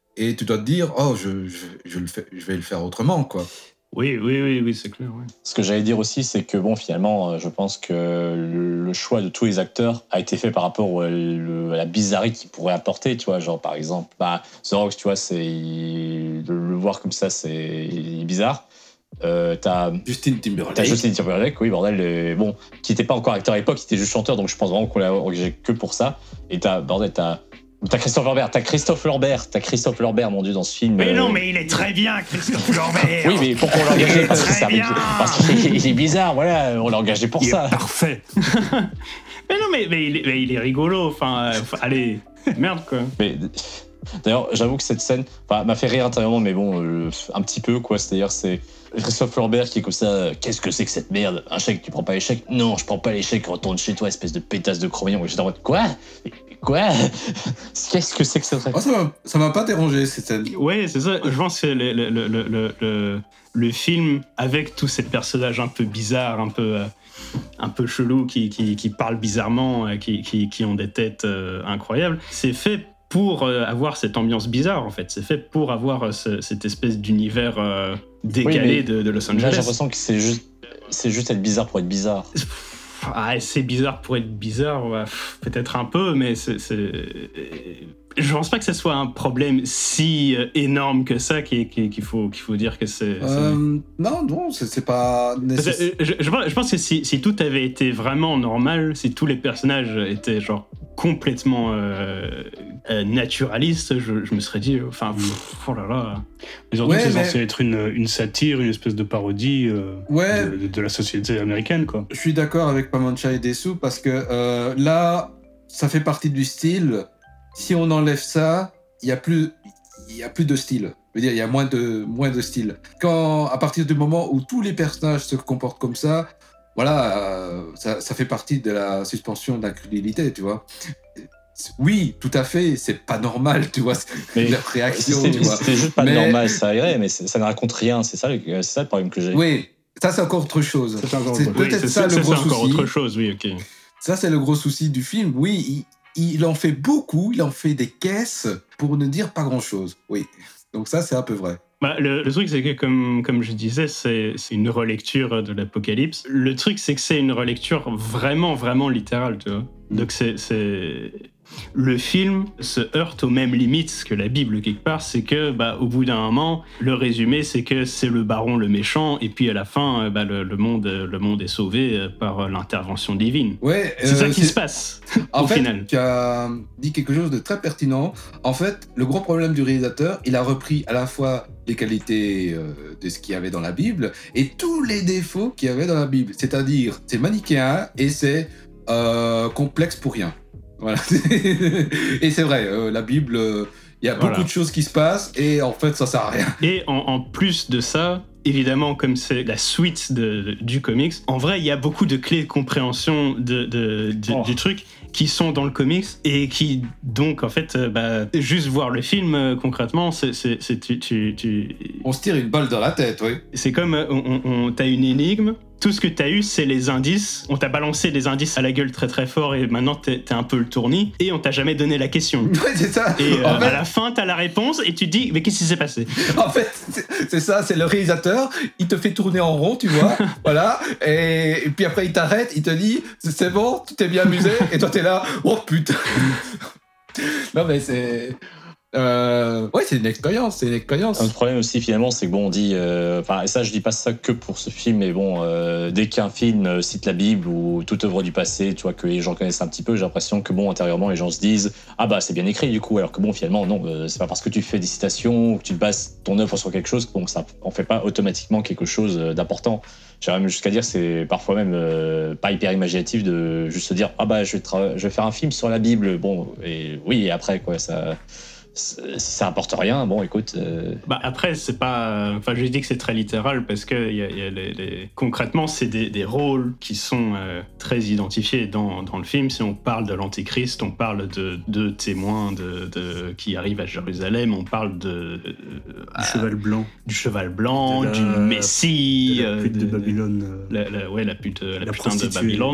et tu dois te dire, oh, je, je, je, le fais, je vais le faire autrement, quoi. Oui, oui, oui, oui, c'est clair. Oui. Ce que j'allais dire aussi, c'est que bon, finalement, je pense que le, le choix de tous les acteurs a été fait par rapport au, le, à la bizarrerie qu'ils pourraient apporter, tu vois, genre par exemple, bah, The Rock, tu vois, c'est de le voir comme ça, c'est bizarre. Euh, t'as Justin Timberlake. T'as Justin Timberlake, oui, bordel, euh, bon, qui n'était pas encore acteur à l'époque, il était juste chanteur, donc je pense vraiment qu'on l'a engagé que pour ça. Et t'as, bordel, t'as T'as Christophe Lambert, t'as Christophe Lambert, t'as Christophe Lambert, mon Dieu, dans ce film. Mais euh... non, mais il est très bien, Christophe Lambert. Oui, mais pourquoi on l'a engagé parce, que ça, parce qu'il est bizarre, voilà, on l'a engagé pour il ça. Est parfait. Mais non, mais, mais, il, est, mais il est rigolo, enfin, euh, allez, merde, quoi. Mais, d'ailleurs, j'avoue que cette scène m'a fait rire intérieurement, mais bon, euh, un petit peu, quoi. C'est-à-dire, c'est Christophe Lambert qui est comme ça, euh, qu'est-ce que c'est que cette merde? Un chèque, tu prends pas l'échec? Non, je prends pas l'échec, retourne chez toi, espèce de pétasse de crevillon. Et j'étais en mode, quoi? Quoi? Qu'est-ce que c'est que cette scène? Oh, ça m'a, ça m'a pas dérangé, cette scène. Ouais, c'est ça. Je pense que le, le, le, le, le, le film, avec tous ces personnages un peu bizarres, un peu, euh, un peu chelous, qui, qui, qui parlent bizarrement, euh, qui, qui, qui ont des têtes euh, incroyables, c'est fait pour euh, avoir cette ambiance bizarre, en fait. C'est fait pour avoir euh, ce, cette espèce d'univers euh, décalé oui, de, de Los Angeles. Là, j'ai l'impression que c'est juste, c'est juste être bizarre pour être bizarre. Ah, c'est bizarre pour être bizarre, ouais, peut-être un peu, mais c'est, c'est... je pense pas que ce soit un problème si énorme que ça qu'il, qu'il, faut, qu'il faut dire que c'est... Euh, non, non, c'est, c'est pas nécessaire. Je, je, je pense que si, si tout avait été vraiment normal, si tous les personnages étaient genre complètement euh, euh, naturalistes, je, je me serais dit, enfin, pff, oh là là... Mais surtout, ouais, c'est mais... censé être une, une satire, une espèce de parodie euh, ouais. de, de la société américaine, quoi. Je suis d'accord avec Pamancha et Dessou parce que euh, là, ça fait partie du style. Si on enlève ça, il y a plus, il y a plus de style. Je veux dire, il y a moins de, moins de style. Quand, à partir du moment où tous les personnages se comportent comme ça, voilà, euh, ça, ça fait partie de la suspension d'incrédulité, tu vois. Oui, tout à fait, c'est pas normal, tu vois, mais leur réaction, c'est, tu vois. C'est juste pas mais... normal, ça irait, mais ça ne raconte rien, c'est ça, c'est ça le problème que j'ai. Oui, ça c'est encore autre chose. C'est, encore c'est autre peut-être oui, c'est, ça c'est, le gros c'est encore souci. autre chose, oui, ok. Ça c'est le gros souci du film, oui, il, il en fait beaucoup, il en fait des caisses pour ne dire pas grand-chose, oui. Donc ça c'est un peu vrai. Bah, le, le truc, c'est que, comme, comme je disais, c'est, c'est une relecture de l'Apocalypse. Le truc, c'est que c'est une relecture vraiment, vraiment littérale, tu vois. Donc, c'est, c'est... le film se heurte aux mêmes limites que la Bible, quelque part. C'est que, bah, au bout d'un moment, le résumé, c'est que c'est le baron le méchant, et puis à la fin, bah, le, le, monde, le monde est sauvé par l'intervention divine. Ouais, c'est euh, ça qui c'est... se passe, en au fait, final. Tu as dit quelque chose de très pertinent. En fait, le gros problème du réalisateur, il a repris à la fois les qualités euh, de ce qu'il y avait dans la Bible et tous les défauts qu'il y avait dans la Bible. C'est-à-dire, c'est manichéen et c'est euh, complexe pour rien. Voilà. Et c'est vrai, euh, la Bible, il euh, y a voilà. beaucoup de choses qui se passent et en fait, ça sert à rien. Et en, en plus de ça, évidemment, comme c'est la suite de, de, du comics, en vrai, il y a beaucoup de clés de compréhension de, de, de, oh. du truc qui sont dans le comics et qui, donc, en fait, euh, bah, juste voir le film, euh, concrètement, c'est, c'est, c'est tu, tu, tu... On se tire une balle dans la tête, oui. C'est comme, on, on, t'as une énigme, tout ce que t'as eu, c'est les indices. On t'a balancé des indices à la gueule très très fort et maintenant t'es, t'es un peu le tournis et on t'a jamais donné la question. Ouais, c'est ça. Et euh, en fait... à la fin, t'as la réponse et tu te dis, mais qu'est-ce qui s'est passé? En fait, c'est, c'est ça, c'est le réalisateur, il te fait tourner en rond, tu vois, voilà, et, et puis après il t'arrête, il te dit, c'est bon, tu t'es bien amusé, et toi t'es là, oh putain. Non mais c'est... Euh, ouais, c'est une expérience, c'est une expérience. Le problème aussi, finalement, c'est que bon, on dit, enfin, euh, ça, je dis pas ça que pour ce film, mais bon, euh, dès qu'un film cite la Bible ou toute œuvre du passé, tu vois, que les gens connaissent un petit peu, j'ai l'impression que bon, intérieurement, les gens se disent, ah bah, c'est bien écrit du coup, alors que bon, finalement, non, euh, c'est pas parce que tu fais des citations ou que tu bases ton œuvre sur quelque chose, bon, ça en fait pas automatiquement quelque chose d'important. J'irais même jusqu'à dire, c'est parfois même euh, pas hyper imaginatif de juste se dire, ah bah, je vais, tra- je vais faire un film sur la Bible, bon, et oui, et après, quoi, ça. Si ça apporte rien, bon, écoute. Euh... Bah après, c'est pas. Enfin, je dis que c'est très littéral parce que y a, y a les, les... concrètement, c'est des, des rôles qui sont euh, très identifiés dans, dans le film. Si on parle de l'Antéchrist, on parle de, de témoins de, de, qui arrivent à Jérusalem, on parle de. de du à, cheval blanc. Du cheval blanc, la, du Messie. De la pute de, de Babylone. La, la, ouais, la pute, la, la putain de Babylone.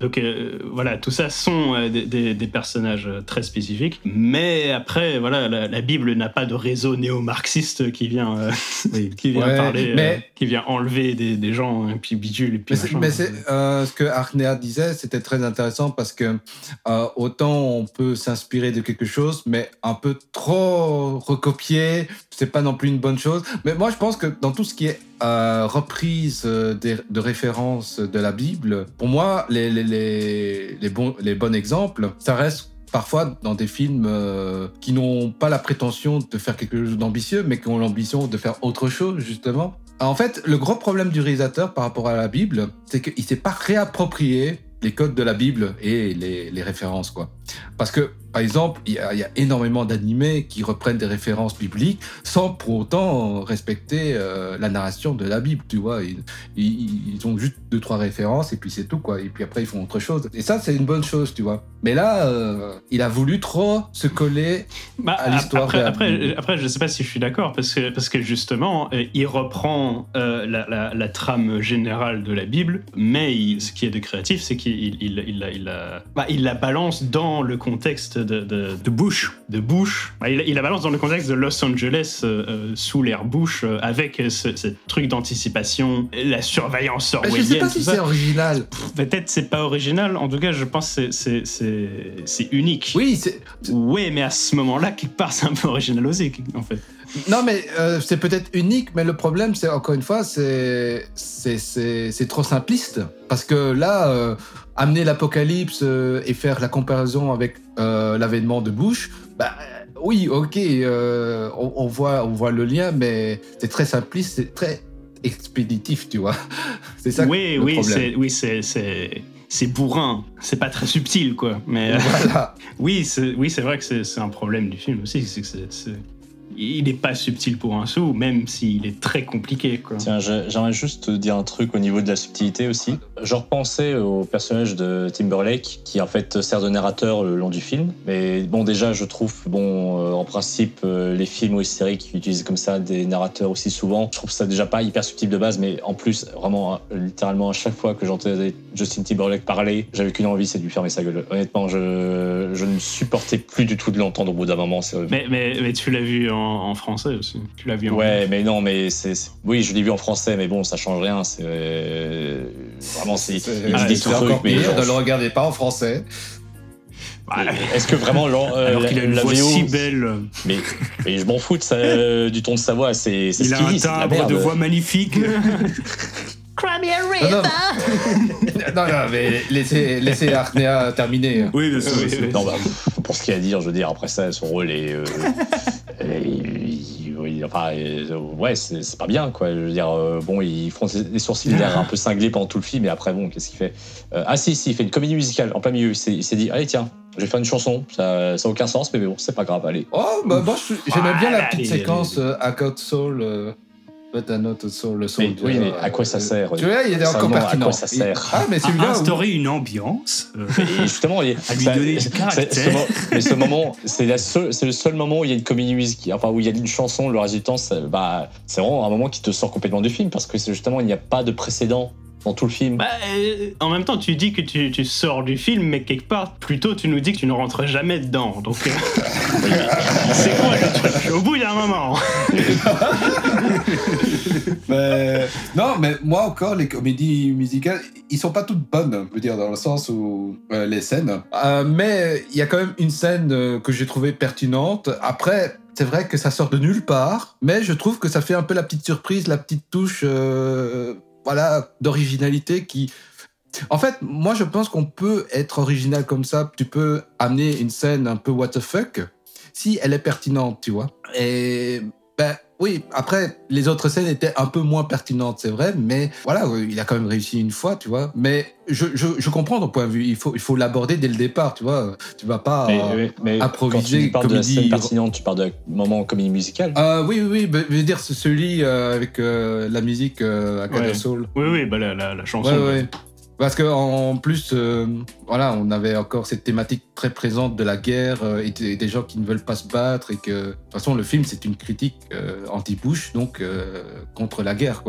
Donc euh, voilà, tout ça sont euh, des, des, des personnages euh, très spécifiques. Mais après, voilà, la, la Bible n'a pas de réseau néo-marxiste qui vient, euh, Oui. qui vient Ouais, parler, mais- euh, qui vient enlever des, des gens, et puis bidule, et puis Mais, c'est- machin. mais c'est, euh, ce que Arnea disait, c'était très intéressant parce que euh, autant on peut s'inspirer de quelque chose, mais un peu trop recopier, c'est pas non plus une bonne chose. Mais moi, je pense que dans tout ce qui est euh, reprise euh, des- de références de la Bible, pour moi, les, les, les, les, bons, les bons exemples, ça reste parfois dans des films euh, qui n'ont pas la prétention de faire quelque chose d'ambitieux, mais qui ont l'ambition de faire autre chose, justement. En fait, le gros problème du réalisateur par rapport à la Bible, c'est qu'il ne s'est pas réapproprié les codes de la Bible et les, les références, quoi. Parce que, par exemple, il y, a- il y a énormément d'animés qui reprennent des références bibliques sans pour autant respecter euh, la narration de la Bible, tu vois. Ils, ils, ils ont juste deux, trois références et puis c'est tout, quoi. Et puis après, ils font autre chose. Et ça, c'est une bonne chose, tu vois. Mais là, euh, il a voulu trop se coller Bah, à l'histoire après, de la après, Bible. après, je sais pas si je suis d'accord, parce que, parce que justement, euh, il reprend euh, la, la, la trame générale de la Bible, mais il- ce qui est de créatif, c'est qu'il il, il, il, la- il, la- bah, il la balance dans le contexte de, de, de Bush. De Bush. Bah, il, il la balance dans le contexte de Los Angeles euh, euh, sous l'ère Bush, euh, avec ce, ce truc d'anticipation, la surveillance Mais je orwellienne. sais pas tout si ça. c'est original. Peut-être c'est pas original, en tout cas, je pense que c'est- c'est c'est- c'est unique. Oui, c'est... Ouais, mais à ce moment-là, quelque part, c'est un peu original aussi, en fait. Non, mais euh, c'est peut-être unique, mais le problème, c'est encore une fois, c'est c'est c'est c'est trop simpliste. Parce que là, euh, amener l'apocalypse euh, et faire la comparaison avec euh, l'avènement de Bush, bah euh, oui, ok, euh, on, on voit on voit le lien, mais c'est très simpliste, c'est très expéditif, tu vois. C'est ça Oui, le oui, problème. c'est, oui, c'est, c'est, c'est bourrin. C'est pas très subtil, quoi. Mais euh, Voilà. oui, c'est, oui, c'est vrai que c'est, c'est un problème du film aussi. C'est que c'est, c'est- il n'est pas subtil pour un sou, même s'il est très compliqué, quoi. Tiens, j'ai- j'aimerais juste te dire un truc au niveau de la subtilité aussi. Je repensais au personnage de Timberlake qui en fait sert de narrateur le long du film. Mais bon, déjà, je trouve, bon, euh, en principe, euh, les films ou les séries qui utilisent comme ça des narrateurs aussi souvent, je trouve ça déjà pas hyper subtil de base, mais en plus, vraiment, euh, littéralement, à chaque fois que j'entendais Justin Timberlake parler, j'avais qu'une envie, c'est de lui fermer sa gueule. Honnêtement, je, je ne supportais plus du tout de l'entendre au bout d'un moment. C'est Mais, mais, mais tu l'as vu en, en français aussi. Tu l'as vu en Ouais, mais non, mais c'est, c'est- oui, je l'ai vu en français, mais bon, ça change rien. C'est euh, vraiment, c'est, C'est il dit ah, des c'est trucs, encore mais pire, genre, ne le regardez pas en français. Bah, est-ce que vraiment, genre, euh, alors la, qu'il a une la voix V O, si belle. mais, mais je m'en fous de ça, euh, du ton de sa voix, c'est, c'est Il ce a qu'il un dit, c'est de la timbre merde. de voix magnifique. Non, non, non, non, mais laissez, laissez Arnea terminer. Oui, bien sûr. Oui, bien sûr. oui. Non, bah, pour ce qu'il y a à dire, je veux dire, après ça, son rôle est. euh, euh, il- il- enfin, euh, ouais, c'est, c'est pas bien, quoi. Je veux dire, euh, bon, il fronce les sourcils, il a l'air un peu cinglé pendant tout le film, et après, bon, qu'est-ce qu'il fait Euh, Ah, si, si, il fait une comédie musicale en plein milieu. Il s'est, il s'est dit, allez, tiens, je vais faire une chanson, ça n'a aucun sens, mais bon, c'est pas grave, allez. Oh, bah, moi, je- j'aimais bien la Voilà, petite les- séquence euh, I Got Soul, euh, But I Not Soul, le soul. Mais, oui, mais à quoi ça sert Tu vois, il est encore Seulement, à pertinent. quoi ça sert Ah, mais À celui-là. instaurer une ambiance. euh, Et justement, il, À lui ça- donner du c'est- caractère. c'est- ce mo- mais ce moment, c'est, la seule- c'est le seul moment où il y a une comédie musicale, enfin où il y a une chanson. Le reste du temps, c'est, bah, c'est vraiment un moment qui te sort complètement du film parce que c'est justement il n'y a pas de précédent dans tout le film. Bah, euh, en même temps, tu dis que tu, tu sors du film, mais quelque part, plutôt, tu nous dis que tu ne rentres jamais dedans. Donc, euh, c'est quoi le truc Au bout d'un moment. Mais- non, mais moi encore, les comédies musicales, ils sont pas toutes bonnes, je veux dire, dans le sens où euh, les scènes. Euh, mais il y a quand même une scène euh, que j'ai trouvée pertinente. Après, c'est vrai que ça sort de nulle part, mais je trouve que ça fait un peu la petite surprise, la petite touche, euh, voilà, d'originalité qui. En fait, moi, je pense qu'on peut être original comme ça. Tu peux amener une scène un peu what the fuck si elle est pertinente, tu vois. Et ben oui, après, les autres scènes étaient un peu moins pertinentes, c'est vrai, mais voilà, il a quand même réussi une fois, tu vois. Mais je, je, je comprends ton point de vue. Il faut, il faut l'aborder dès le départ, tu vois. Tu vas pas. Mais, euh, mais- mais improviser quand tu parles de la comédie- scène pertinente, tu parles de moment comédie musicale. euh, oui, oui, oui. ben, je veux dire, c'est celui euh, avec euh, la musique euh, à Ouais. Cada Soul. Oui, oui, bah, la, la, la chanson. Ouais, ouais. Parce que en plus, euh, voilà, on avait encore cette thématique très présente de la guerre euh, et des, des gens qui ne veulent pas se battre et que de toute façon le film c'est une critique euh, anti-Bush donc euh, contre la guerre quoi.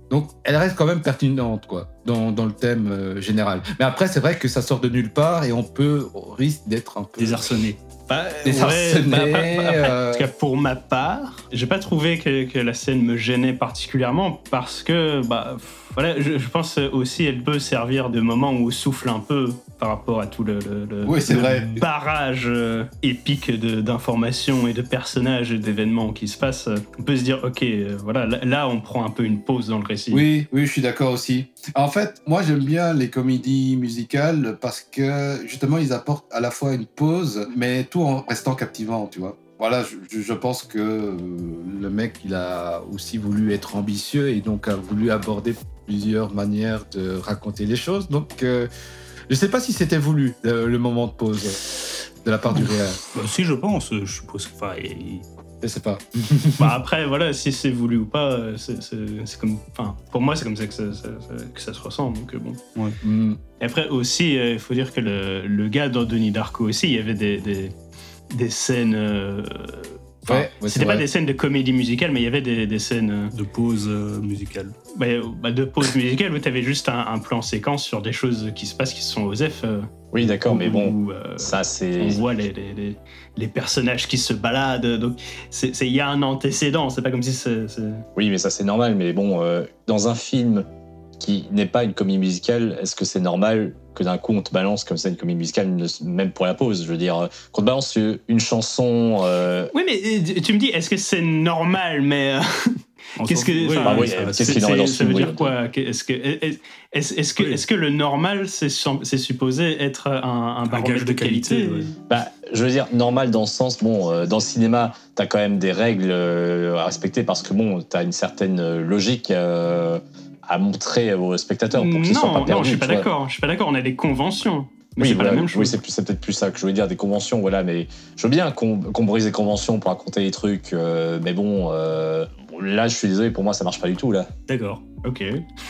Donc, elle reste quand même pertinente, quoi, dans, dans le thème euh, général. Mais après, c'est vrai que ça sort de nulle part et on peut, on risque d'être un peu... Désarçonné. Bah, Désarçonné, ouais, bah, bah, bah, après, euh. en tout cas, pour ma part, j'ai pas trouvé que, que la scène me gênait particulièrement parce que, bah, voilà, je, je pense aussi elle peut servir de moment où on souffle un peu par rapport à tout le, le, le, Oui, c'est le vrai. barrage euh, épique de, d'informations et de personnages et d'événements qui se passent. On peut se dire, ok, euh, voilà, là, là, on prend un peu une pause dans le récit. Oui, oui, je suis d'accord aussi. En fait, moi, j'aime bien les comédies musicales parce que, justement, ils apportent à la fois une pause, mais tout en restant captivant, tu vois. Voilà, je, je pense que euh, le mec, il a aussi voulu être ambitieux et donc a voulu aborder plusieurs manières de raconter les choses. Donc, euh, je sais pas si c'était voulu, le, le moment de pause de la part du réel. Bah, si, je pense. Je suppose que... Enfin, il- Je sais pas. Bah après, voilà, si c'est voulu ou pas, c'est, c'est, c'est comme... Enfin, pour moi, c'est comme ça que ça, ça, ça- que ça se ressent, donc euh, bon. Mm. Et après aussi, il euh, faut dire que le, le gars dans Denis Darko aussi, il y avait des, des, des scènes... euh, enfin, Ouais, ouais, c'est c'était pas vrai. des scènes de comédie musicale, mais il y avait des, des scènes euh, de pause euh, musicale. bah, bah, de pause musicale où tu avais juste un, un plan séquence sur des choses qui se passent, qui sont aux F. euh, Oui, d'accord, mais bon, où, euh, ça c'est. on voit les, les, les, les personnages qui se baladent. Donc, c'est, c'est, il y a un antécédent. C'est pas comme si c'est... c'est... Oui, mais ça c'est normal. Mais bon, euh, dans un film qui n'est pas une comédie musicale, est-ce que c'est normal que d'un coup on te balance comme ça une comédie musicale, même pour la pause? Je veux dire, qu'on te balance une chanson. Euh... Oui, mais euh, tu me dis, est-ce que c'est normal, mais... euh, On Qu'est-ce s'en que, fout. Oui, enfin, bah oui, ça- qu'est-ce c'est- qui est normal dans ce ça veut film, dire oui, quoi? Est-ce que, est-ce, est-ce que, Oui. est-ce que le normal, c'est, sem- c'est supposé être un, un baromètre gage de qualité, ouais. Bah, je veux dire, normal dans le sens, bon, euh, dans le cinéma, t'as quand même des règles euh, à respecter parce que bon, t'as une certaine logique euh, à montrer aux spectateurs pour qu'ils non, soient pas perdus. non, je suis pas tu vois. d'accord. Je suis pas d'accord. On a des conventions. Mais Oui, c'est pas voilà, la même oui, chose. c'est, plus- c'est peut-être plus ça que je voulais dire, des conventions, voilà, mais je veux bien qu'on, qu'on brise les conventions pour raconter les trucs, euh, mais bon, euh, là, je suis désolé, pour moi, ça marche pas du tout, là. D'accord. Ok.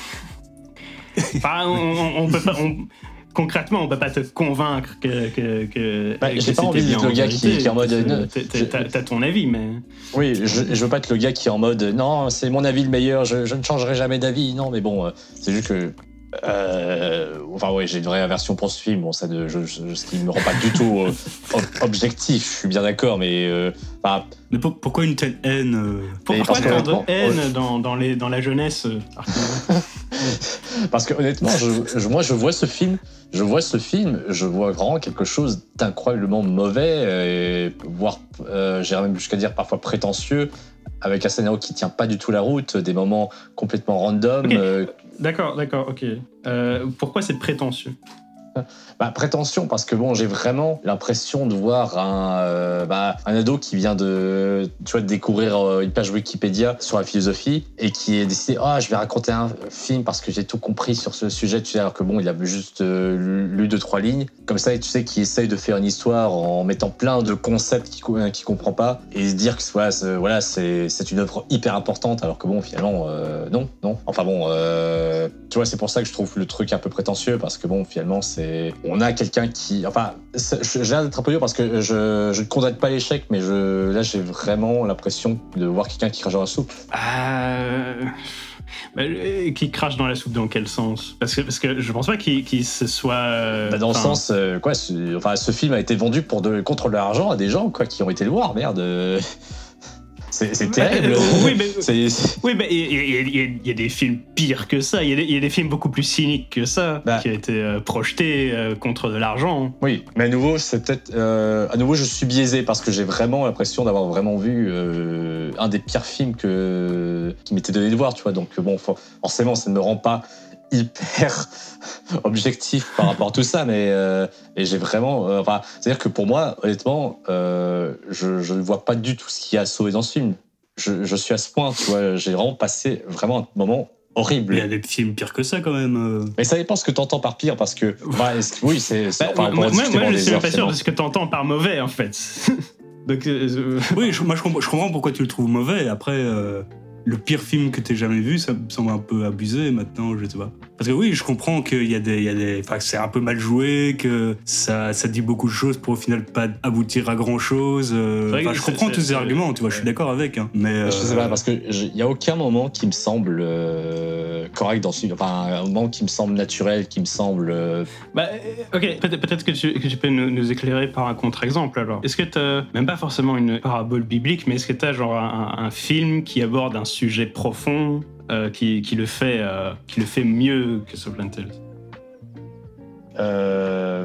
Enfin, on, on, on peut pas. On, concrètement, on peut pas te convaincre que. que, que Bah, que j'ai pas c'était envie d'être bien le en gars qui- vérité. qui est en mode, C'est- euh, t'as- je- T'as, t'as ton avis, mais. Oui, je, je veux pas être le gars qui est en mode non, c'est mon avis le meilleur, je, je ne changerai jamais d'avis. Non, mais bon, euh, c'est juste que. Euh, enfin, ouais, j'ai une vraie aversion pour ce film. Bon, ça ne, je, je- ce qui me rend pas du tout euh, ob- objectif, je suis bien d'accord, mais. Euh, enfin, Mais pour- pourquoi une telle haine euh, Pourquoi parce que tant de honnêtement, haine ouais. dans, dans, les, dans la jeunesse euh, Arnaud parce que honnêtement, je, je- moi, je vois ce film, je vois ce film, je vois vraiment quelque chose d'incroyablement mauvais, et, voire, euh, j'irais même jusqu'à dire parfois prétentieux, avec un scénario qui tient pas du tout la route, des moments complètement random. Ok. euh, D'accord, d'accord, ok. Euh, pourquoi c'est prétentieux? Bah, prétention, parce que bon, j'ai vraiment l'impression de voir un, euh, bah, un ado qui vient de, tu vois, de découvrir euh, une page Wikipédia sur la philosophie et qui est décidé, ah, je vais raconter un film parce que j'ai tout compris sur ce sujet, tu sais, alors que bon, il a juste euh, lu deux, trois lignes. Comme ça, tu sais, qui essaye de faire une histoire en mettant plein de concepts qu'il co- qu'il comprend pas et se dire que voilà, c'est, voilà, c'est, c'est une œuvre hyper importante, alors que bon, finalement, euh, non, non. Enfin bon, euh, tu vois, c'est pour ça que je trouve le truc un peu prétentieux parce que bon, finalement, c'est on a quelqu'un qui... Enfin, c'est- j'ai l'air d'être un peu dur parce que je, je ne condamne pas l'échec, mais je, là, j'ai vraiment l'impression de voir quelqu'un qui crache dans la soupe. Euh... bah, euh, qui crache dans la soupe dans quel sens? Parce que, parce que je pense pas qu'il, qu'il se soit... euh, Bah, dans le enfin, sens, euh, quoi, ce, enfin, ce film a été vendu pour de, contre de l'argent à des gens quoi, qui ont été le voir, merde. C'est, c'est terrible. Euh, oui, mais... C'est- c'est- Oui, mais il y, a- il y a- il y a- il y a des films pires que ça. Il y a des, il y a des films beaucoup plus cyniques que ça Bah. qui ont été euh, projetés euh, contre de l'argent. Oui, mais à nouveau, c'est peut-être. euh, à nouveau, je suis biaisé parce que j'ai vraiment l'impression d'avoir vraiment vu euh, un des pires films que, qui m'était donné de voir, tu vois. Donc, bon, for- forcément, ça ne me rend pas hyper objectif par rapport à tout ça, mais euh, et j'ai vraiment. euh, enfin, c'est-à-dire que pour moi, honnêtement, euh, je, je ne vois pas du tout ce qu'il y a à sauver dans ce film. Je, je suis à ce point, tu vois. J'ai vraiment passé vraiment un moment horrible. Il y a des films pires que ça quand même. euh. Mais ça dépend ce que tu entends par pire, parce que. Bah, est-ce que- oui, c'est. c'est- Bah, enfin, on moi, pourrait moi, discuter moi, pendant je des suis heures, pas sûr finalement. de ce que tu entends par mauvais, en fait. Donc, euh, Oui, je, moi je comprends, je comprends pourquoi tu le trouves mauvais. Après, euh, le pire film que t'aies jamais vu, ça me semble un peu abusé maintenant, je sais pas. Parce que oui, je comprends qu'il y a des, il y a des, enfin, que c'est un peu mal joué, que ça, ça dit beaucoup de choses pour au final pas aboutir à grand chose. Euh, enfin, je comprends tous ces arguments, tu vois, je suis d'accord avec. Hein, mais euh... je sais pas, parce que il y a aucun moment qui me semble euh, correct dans ce film. Enfin, un moment qui me semble naturel, qui me semble. Euh... Bah, ok, peut-être, peut-être que tu, que tu peux nous, nous éclairer par un contre-exemple alors. Est-ce que t'as, même pas forcément une parabole biblique, mais est-ce que t'as genre un, un film qui aborde un sujet profond? Euh, qui, qui, le fait, euh, qui le fait mieux que Southland Tales. Euh...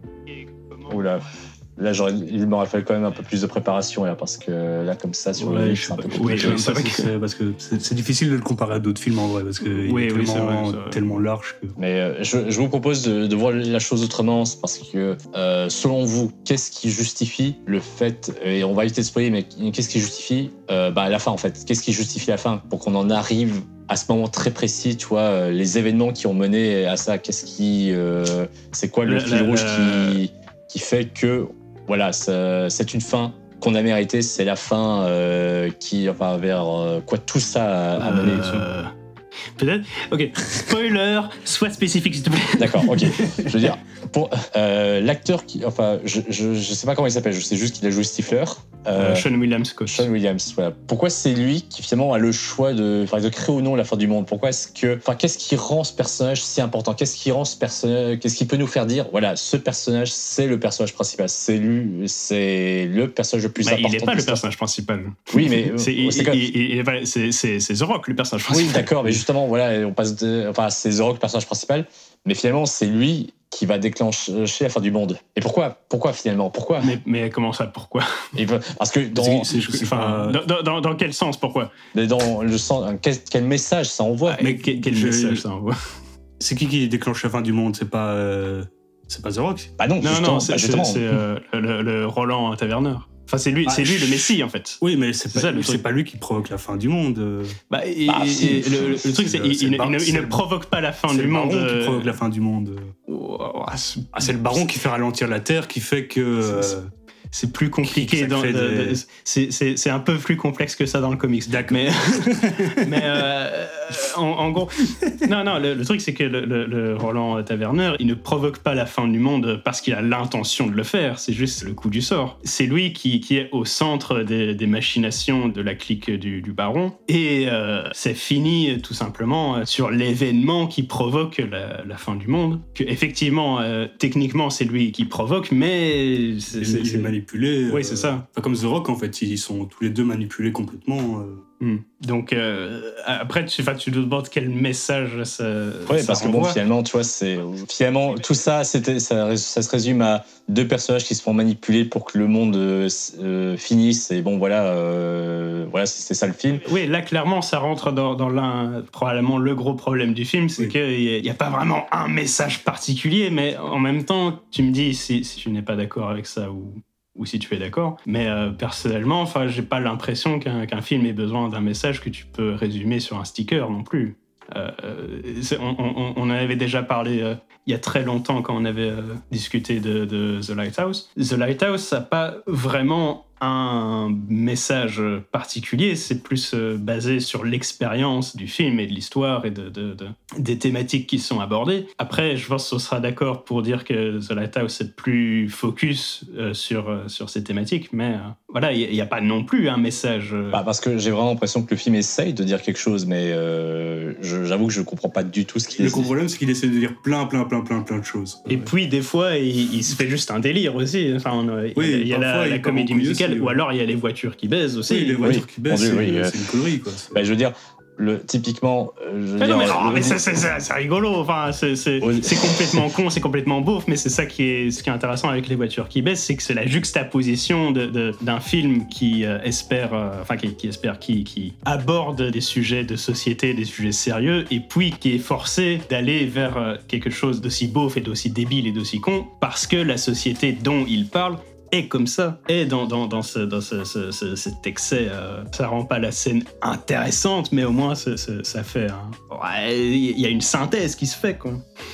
Oula. Là, j'aurais... il m'aurait fallu quand même un peu plus de préparation, là, parce que là, comme ça, sur ouais, le je c'est un pas, peu compliqué. oui, Oui, c'est vrai que c'est, parce que c'est, c'est difficile de le comparer à d'autres films, en vrai, parce qu'il oui, est oui, tellement, c'est vrai, c'est vrai. tellement large que... Mais euh, je, je vous propose de, de voir la chose autrement, parce que, euh, selon vous, qu'est-ce qui justifie le fait, et on va éviter de spoiler, mais qu'est-ce qui justifie euh, bah, la fin, en fait? Qu'est-ce qui justifie la fin pour qu'on en arrive à ce moment très précis, tu vois, euh, les événements qui ont mené à ça? Qu'est-ce qui... Euh, c'est quoi le la, fil la, rouge la... qui, qui fait que... Voilà, ça, c'est une fin qu'on a méritée, c'est la fin euh, qui, enfin, vers euh, quoi tout ça a, a mené. Euh... Peut-être. Ok. Spoiler, sois spécifique s'il te plaît. D'accord. Ok. Je veux dire, pour euh, l'acteur qui, enfin, je, je je sais pas comment il s'appelle. Je sais juste qu'il a joué Stifler. Euh, euh, Sean Williams, coach. Sean Williams. Voilà. Pourquoi c'est lui qui finalement a le choix de, enfin, de créer ou non la fin du monde? Pourquoi est-ce que, enfin, qu'est-ce qui rend ce personnage si important? Qu'est-ce qui rend ce personnage, qu'est-ce qui peut nous faire dire, voilà, ce personnage, c'est le personnage principal. C'est lui, c'est le personnage le plus bah, important. Il n'est pas le personnage principal. Oui, mais c'est, euh, c'est, il, il, il, il, c'est, c'est, c'est The Rock le personnage principal. Oui, d'accord, mais justement, voilà, on passe de, enfin, c'est The Rock le personnage principal, mais finalement, c'est lui qui va déclencher la fin du monde. Et pourquoi? Pourquoi finalement? Pourquoi? mais, mais comment ça? Pourquoi? Et parce que dans, c'est, c'est, enfin, dans, dans, dans quel sens? Pourquoi? Dans le sens, quel, quel message ça envoie? Mais quel, quel je, message ça envoie? C'est qui qui déclenche la fin du monde? C'est pas, euh, c'est pas The Rock? Bah non, non, justement, non, c'est, bah justement. c'est, c'est euh, le, le Roland Taverneur. Enfin, c'est lui, ah, c'est lui le Messie en fait. Oui, mais c'est, c'est, pas, ça, le c'est pas lui qui provoque la fin du monde. Bah, et, bah, et, si, et le, le, le truc, c'est qu'il il, il, il ne provoque pas la fin c'est du monde. C'est le baron qui provoque la fin du monde. Oh, c'est, ah, c'est le baron qui fait ralentir la Terre, qui fait que... C'est, euh, c'est plus compliqué. Dans, de, de, des... c'est, c'est, c'est un peu plus complexe que ça dans le comics. D'accord. Mais, mais euh, en, en gros... Non, non, le, le truc, c'est que le, le, le Roland Taverneur, il ne provoque pas la fin du monde parce qu'il a l'intention de le faire. C'est juste le coup du sort. C'est lui qui, qui est au centre des, des machinations de la clique du, du baron. Et euh, c'est fini, tout simplement, sur l'événement qui provoque la, la fin du monde. Que, effectivement, euh, techniquement, c'est lui qui provoque, mais... C'est, c'est, c'est manipulé. Oui, c'est ça. Enfin, comme The Rock, en fait, ils sont tous les deux manipulés complètement. Euh... Mmh. Donc, euh, après, tu, tu te demandes quel message ça. Oui, ça parce renvoie. que bon, finalement, tu vois, c'est, finalement, tout ça, c'était, ça, ça se résume à deux personnages qui se font manipuler pour que le monde euh, finisse. Et bon, voilà, euh, voilà c'est, c'est ça le film. Oui, là, clairement, ça rentre dans, dans l'un, probablement le gros problème du film, c'est oui. qu'il n'y a, a pas vraiment un message particulier, mais en même temps, tu me dis si, si tu n'es pas d'accord avec ça ou. ou si tu es d'accord, mais euh, personnellement, enfin, j'ai pas l'impression qu'un, qu'un film ait besoin d'un message que tu peux résumer sur un sticker non plus. Euh, on, on, on en avait déjà parlé euh, il y a très longtemps quand on avait euh, discuté de, de The Lighthouse. The Lighthouse, ça n'a pas vraiment un message particulier, c'est plus euh, basé sur l'expérience du film et de l'histoire et de, de, de, des thématiques qui sont abordées. Après, je pense qu'on sera d'accord pour dire que The Lighthouse est plus focus euh, sur, euh, sur ces thématiques, mais euh, voilà, il n'y a, a pas non plus un message... Euh... Bah parce que j'ai vraiment l'impression que le film essaye de dire quelque chose, mais euh, je, j'avoue que je ne comprends pas du tout ce qu'il Le essaie. gros problème, c'est qu'il essaie de dire plein, plein, plein, plein, plein de choses. Et ouais. Puis, des fois, il, il se fait juste un délire aussi. Enfin, on, oui, il y a la, la comédie musicale, aussi, ou alors il y a les voitures qui baisent aussi. Oui, les voitures oui, qui baissent, c'est, oui, c'est une connerie, quoi. Bah, je veux dire, le, typiquement... Euh, je veux mais dire, non, mais, non, le, mais c'est, c'est, c'est, c'est rigolo, enfin, c'est, c'est, oui. c'est complètement con, c'est complètement beauf, mais c'est ça qui est, ce qui est intéressant avec les voitures qui baissent, c'est que c'est la juxtaposition de, de, d'un film qui euh, espère, euh, enfin, qui, qui espère, qui, qui aborde des sujets de société, des sujets sérieux, et puis qui est forcé d'aller vers euh, quelque chose d'aussi beauf et d'aussi débile et d'aussi con, parce que la société dont il parle est comme ça, et dans, dans, dans, ce, dans ce, ce, ce, cet excès, euh, ça rend pas la scène intéressante, mais au moins ce, ce, ça fait un... Ouais, il y a une synthèse qui se fait, quoi.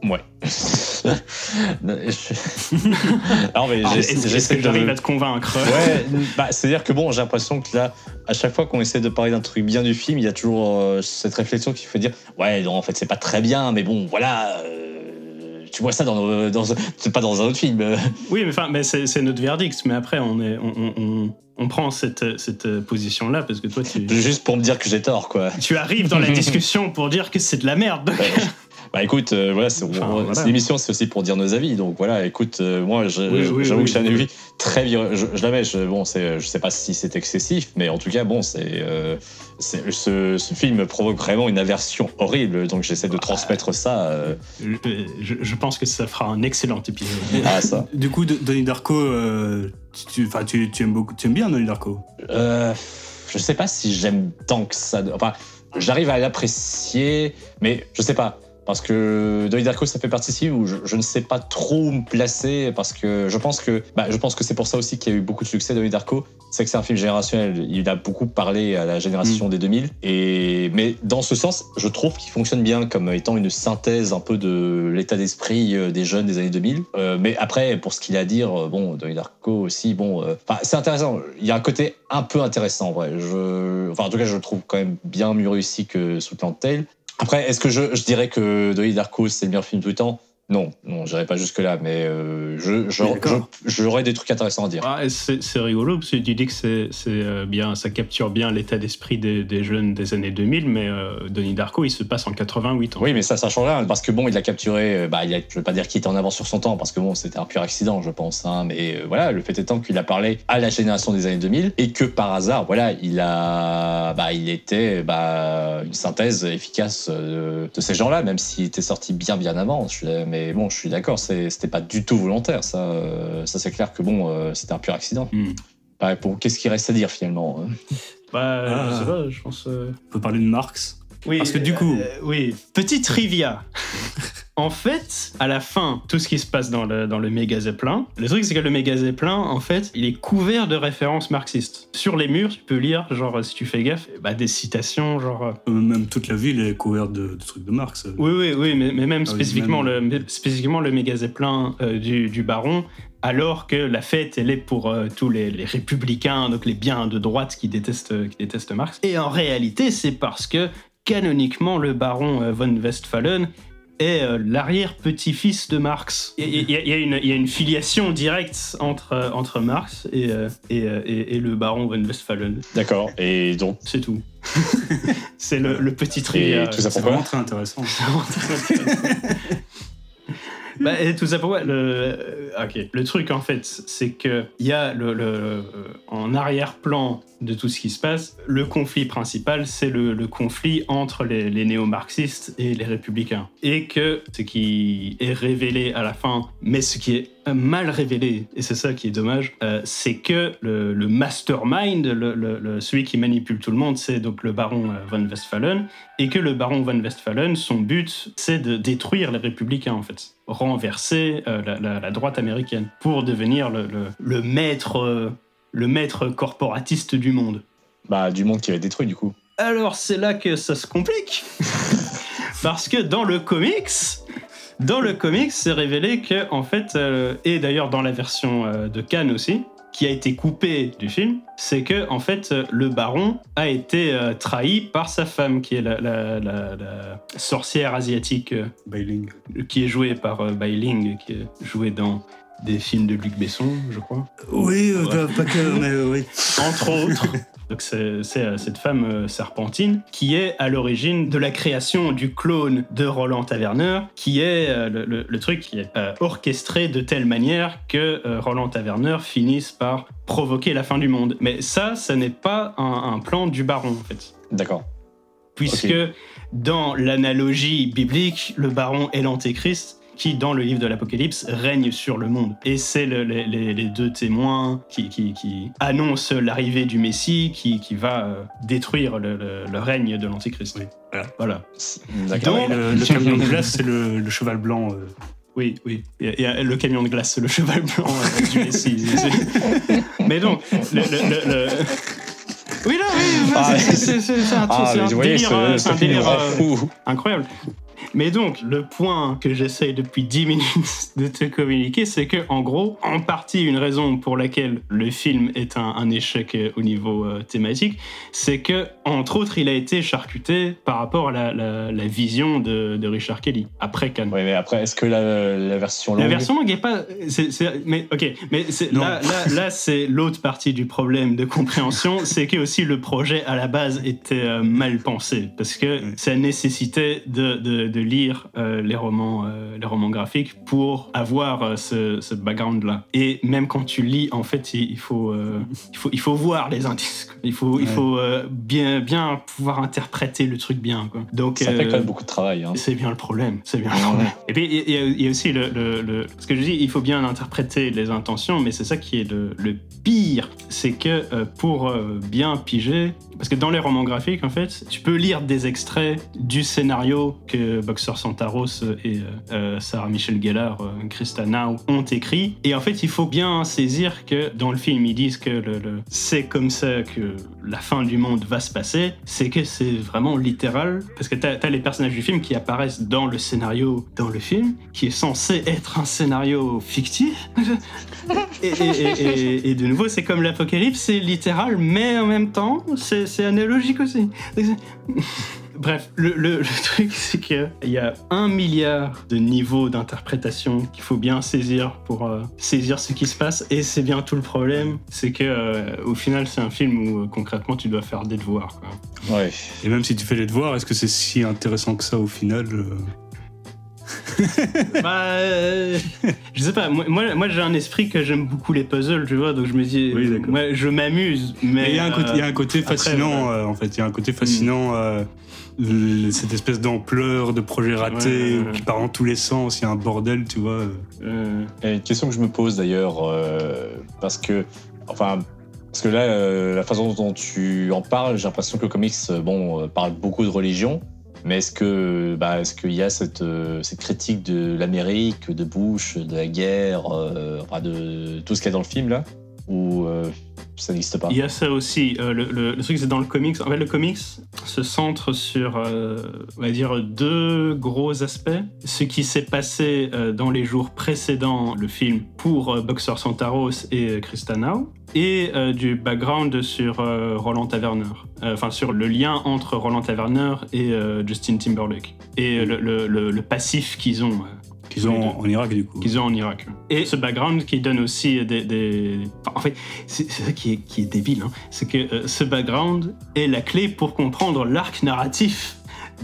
Ouais. Non, je- non, mais Alors, j'essaie, est-ce, est-ce j'essaie que de... j'arrive à te convaincre? Ouais, bah, c'est-à-dire que bon, j'ai l'impression que là, à chaque fois qu'on essaie de parler d'un truc bien du film, il y a toujours euh, cette réflexion qui fait dire ouais, non, en fait, c'est pas très bien, mais bon, voilà. euh, tu vois ça dans, dans, c'est pas dans un autre film. Oui, mais, enfin, mais c'est, c'est notre verdict. Mais après, on, est, on, on, on, on prend cette, cette position-là parce que toi, tu, Juste pour me dire que j'ai tort, quoi. tu arrives dans la discussion pour dire que c'est de la merde. Donc... Ouais. Bah écoute, euh, voilà, c'est, Enfin, on- voilà. c'est l'émission, c'est aussi pour dire nos avis. Donc voilà, écoute, euh, moi, je, Oui, oui, j'avoue oui, que j'ai un oui. avis très virulent. Je, je la mets, je, bon, c'est, je sais pas si c'est excessif, mais en tout cas, bon, c'est, euh, c'est ce, ce film provoque vraiment une aversion horrible. Donc j'essaie de transmettre ça. euh, je, je, je pense que ça fera un excellent épisode. à ça. Du coup, de- Donnie Darko, euh, tu, enfin, tu, tu aimes beaucoup, tu aimes bien Donnie Darko. Euh, je sais pas si j'aime tant que ça. Enfin, j'arrive à l'apprécier, mais je sais pas. Parce que Donnie Darko, ça fait partie ici où je, je ne sais pas trop où me placer, parce que je pense que, bah, je pense que c'est pour ça aussi qu'il y a eu beaucoup de succès Donnie Darko. C'est que c'est un film générationnel. Il a beaucoup parlé à la génération des deux mille. Et, mais dans ce sens, je trouve qu'il fonctionne bien comme étant une synthèse un peu de l'état d'esprit euh, des jeunes des années deux mille. Euh, mais après, pour ce qu'il a à dire, euh, bon, Donnie Darko aussi, bon, euh, enfin, c'est intéressant. Il y a un côté un peu intéressant, en vrai. Je, enfin, en tout cas, je le trouve quand même bien mieux réussi que Southland Tale. Après, est-ce que je, je dirais que Donnie Darko, c'est le meilleur film de tout le temps ? Non, non, j'irai pas jusque-là, mais euh, je, je, D'accord. je- j'aurais des trucs intéressants à dire. Ah, et c'est, c'est rigolo parce que tu dis que c'est, c'est euh, bien, ça capture bien l'état d'esprit des, des jeunes des années deux mille, mais euh, Donnie Darko, il se passe en quatre-vingt-huit. En Oui, fait. mais ça, ça change rien, parce que bon, il a capturé, euh, bah, il a, je veux pas dire qu'il était en avance sur son temps, parce que bon, c'était un pur accident, je pense, hein, mais euh, voilà, le fait étant qu'il a parlé à la génération des années deux mille, et que par hasard, voilà, il a, bah, il était, bah, une synthèse efficace euh, de ces gens-là, même s'il était sorti bien, bien avant. Je suis, mais bon, je suis d'accord, c'est, c'était pas du tout volontaire, ça, euh, ça c'est clair que bon, euh, c'était un pur accident. Hmm. Bah, pour, qu'est-ce qu'il reste à dire finalement hein Bah, Ah. je sais pas, je pense. euh, On peut parler de Marx. Oui, Parce que du coup- euh, oui, petite trivia. En fait, à la fin, tout ce qui se passe dans le, dans le méga zeppelin, le truc c'est que le méga zeppelin, en fait, il est couvert de références marxistes. Sur les murs, tu peux lire, genre, si tu fais gaffe, bah, des citations, genre. euh, Euh, Même toute la ville est couverte de, de trucs de Marx. Oui, oui, oui, mais, mais même Ah oui, spécifiquement, même- Le, mais spécifiquement le méga zeppelin euh, du, du baron, alors que la fête, elle est pour euh, tous les, les républicains, donc les biens de droite qui détestent, qui détestent Marx. Et en réalité, c'est parce que, canoniquement, le baron euh, von Westphalen est euh, l'arrière-petit-fils de Marx. Il y, y, y, a une- y a une filiation directe entre, euh, entre Marx et, euh, et, euh, et, et le baron von Westphalen. D'accord, et donc, C'est tout. C'est le, le petit trivia. et tout ça C'est pourquoi vraiment très intéressant. Bah, et tout ça pourquoi le, euh, ok. Le truc, en fait, c'est que il y a le, le, euh, en arrière-plan de tout ce qui se passe, le conflit principal, c'est le, le conflit entre les, les néo-marxistes et les républicains. Et que ce qui est révélé à la fin, mais ce qui est mal révélé, et c'est ça qui est dommage, euh, c'est que le, le mastermind, le, le, le- celui qui manipule tout le monde, c'est donc le baron euh, von Westphalen, et que le baron von Westphalen, son but, c'est de détruire les républicains, en fait. Renverser euh, la, la- la droite américaine pour devenir le, le, le maître, euh, le maître corporatiste du monde. Bah, du monde qui va être détruit, du coup. Alors, c'est là que ça se complique. Parce que dans le comics, dans le comics, c'est révélé que, en fait, euh, et d'ailleurs dans la version euh, de Cannes aussi, qui a été coupée du film, c'est que, en fait, euh, le baron a été euh, trahi par sa femme, qui est la, la, la, la sorcière asiatique, euh, Bailing. qui est jouée par euh, Bai Ling, qui est jouée dans des films de Luc Besson, je crois. Oui, euh, Ouais. pas que, mais euh, oui. Entre autres. Donc c'est, c'est euh, cette femme euh, serpentine qui est à l'origine de la création du clone de Roland Taverner, qui est euh, le, le- le truc qui est euh, orchestré de telle manière que euh, Roland Taverner finisse par provoquer la fin du monde. Mais ça, ça n'est pas un, un plan du baron, en fait. D'accord. Puisque Ok. dans l'analogie biblique, le baron est l'antéchrist qui, dans le livre de l'Apocalypse, règne sur le monde. Et c'est le- les, les- les deux témoins qui, qui- qui annoncent l'arrivée du Messie, qui, qui va euh, détruire le, le- le règne de l'antéchrist. Oui, voilà. Voilà. D'accord. Donc- Le, le camion de glace, c'est le, le cheval blanc. euh. Oui, oui. Et, et le camion de glace, c'est le cheval blanc euh, du Messie. C'est- Mais donc, le... le- le- le- Oui, là, oui, Ah, c'est, c'est- c'est- c'est un, Ah, c'est mais un vous voyez, délire, ce, euh, ce c'est un film délire rend euh, fou. incroyable. Mais donc, le point que j'essaye depuis dix minutes de te communiquer, c'est que, en gros, en partie, une raison pour laquelle le film est un, un échec au niveau euh, thématique, c'est que, entre autres, il a été charcuté par rapport à la, la, la vision de, de Richard Kelly, après Cannes. Oui, mais après, est-ce que la, la version longue... La version longue n'est pas... C'est, c'est, mais, ok, mais c'est, là, là, là, c'est l'autre partie du problème de compréhension, c'est que aussi le projet, à la base, était euh, mal pensé, parce que oui. ça nécessitait de, de, de lire euh, les, romans, euh, les romans graphiques pour avoir euh, ce, ce background-là. Et même quand tu lis, en fait, il, il, faut, euh, il, faut, il faut voir les indices. Il faut, ouais. il faut euh, bien, bien pouvoir interpréter le truc bien. Quoi. Donc, ça fait euh, quand même beaucoup de travail. Hein. C'est bien le problème. C'est bien le problème. Et puis, il y, a, il y a aussi le, le, le... Ce que je dis, il faut bien interpréter les intentions, mais c'est ça qui est le, le pire. C'est que euh, pour euh, bien piger... Parce que dans les romans graphiques, en fait, tu peux lire des extraits du scénario que Boxer Santaros et euh, Sarah Michelle Gellar, euh, Krista Now ont écrit. Et en fait, il faut bien saisir que dans le film, ils disent que le, le, c'est comme ça que la fin du monde va se passer. C'est que c'est vraiment littéral. Parce que t'as, t'as les personnages du film qui apparaissent dans le scénario, dans le film, qui est censé être un scénario fictif. et, et, et, et, et de nouveau, c'est comme l'Apocalypse, c'est littéral, mais en même temps, c'est c'est analogique aussi. Bref, le, le, le truc, c'est qu'il y a un milliard de niveaux d'interprétation qu'il faut bien saisir pour euh, saisir ce qui se passe. Et c'est bien tout le problème, c'est que euh, au final, c'est un film où euh, concrètement, tu dois faire des devoirs. Quoi. Ouais. Et même si tu fais les devoirs, est-ce que c'est si intéressant que ça au final euh... bah, euh, je sais pas. Moi, moi, moi, j'ai un esprit que j'aime beaucoup les puzzles, tu vois. Donc je me dis, oui, moi, je m'amuse. Mais il y a un côté, euh, il y a un côté fascinant. Après, euh, en fait, il y a un côté fascinant. Euh, le, cette espèce d'ampleur de projet raté ouais, ouais, ouais. qui part en tous les sens. Il y a un bordel, tu vois. Euh... Et une question que je me pose d'ailleurs, euh, parce que, enfin. Parce que là, euh, la façon dont tu en parles, j'ai l'impression que le comics, bon, parle beaucoup de religion. Mais est-ce que, bah, est-ce qu'il y a cette, euh, cette critique de l'Amérique, de Bush, de la guerre, euh, enfin de tout ce qu'il y a dans le film là, ou euh, ça n'existe pas? Il y a ça aussi. Euh, le, le, le truc, c'est dans le comics. En fait, le comics se centre sur, euh, on va dire, deux gros aspects. Ce qui s'est passé euh, dans les jours précédant le film pour euh, Boxer Santaros et euh, Krista Now. Et euh, du background sur euh, Roland Taverner, enfin euh, sur le lien entre Roland Taverner et euh, Justin Timberlake, et euh, le, le, le, le passif qu'ils ont. Euh, qu'ils ont en Irak du coup. Qu'ils ont en Irak. Et ce background qui donne aussi des... des... Enfin, en fait, c'est, c'est ça qui est, qui est débile, hein. C'est que euh, ce background est la clé pour comprendre l'arc narratif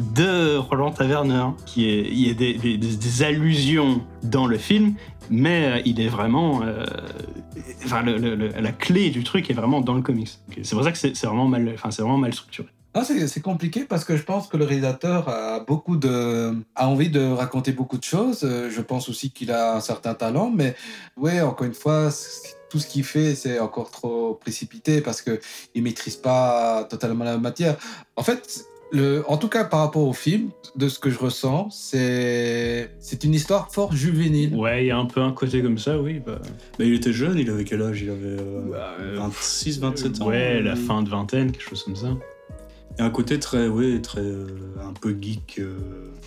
de Roland Taverner, qui est, il y a des, des, des allusions dans le film, mais euh, il est vraiment... Euh, enfin, le, le, la clé du truc est vraiment dans le comics. C'est pour ça que c'est, c'est, vraiment, mal, enfin, c'est vraiment mal structuré. Ah, c'est, c'est compliqué parce que je pense que le réalisateur a, beaucoup de, a envie de raconter beaucoup de choses. Je pense aussi qu'il a un certain talent, mais ouais, encore une fois, tout ce qu'il fait, c'est encore trop précipité parce qu'il ne maîtrise pas totalement la matière. En fait... Le, en tout cas, par rapport au film, de ce que je ressens, c'est, c'est une histoire fort juvénile. Ouais, il y a un peu un côté comme ça, oui. Bah, bah il était jeune, il avait quel âge? Il avait euh, bah, vingt-six, vingt-sept ans. Ouais, la fin de vingtaine, quelque chose comme ça. Il y a un côté très, ouais, très, euh, un peu geek. Euh...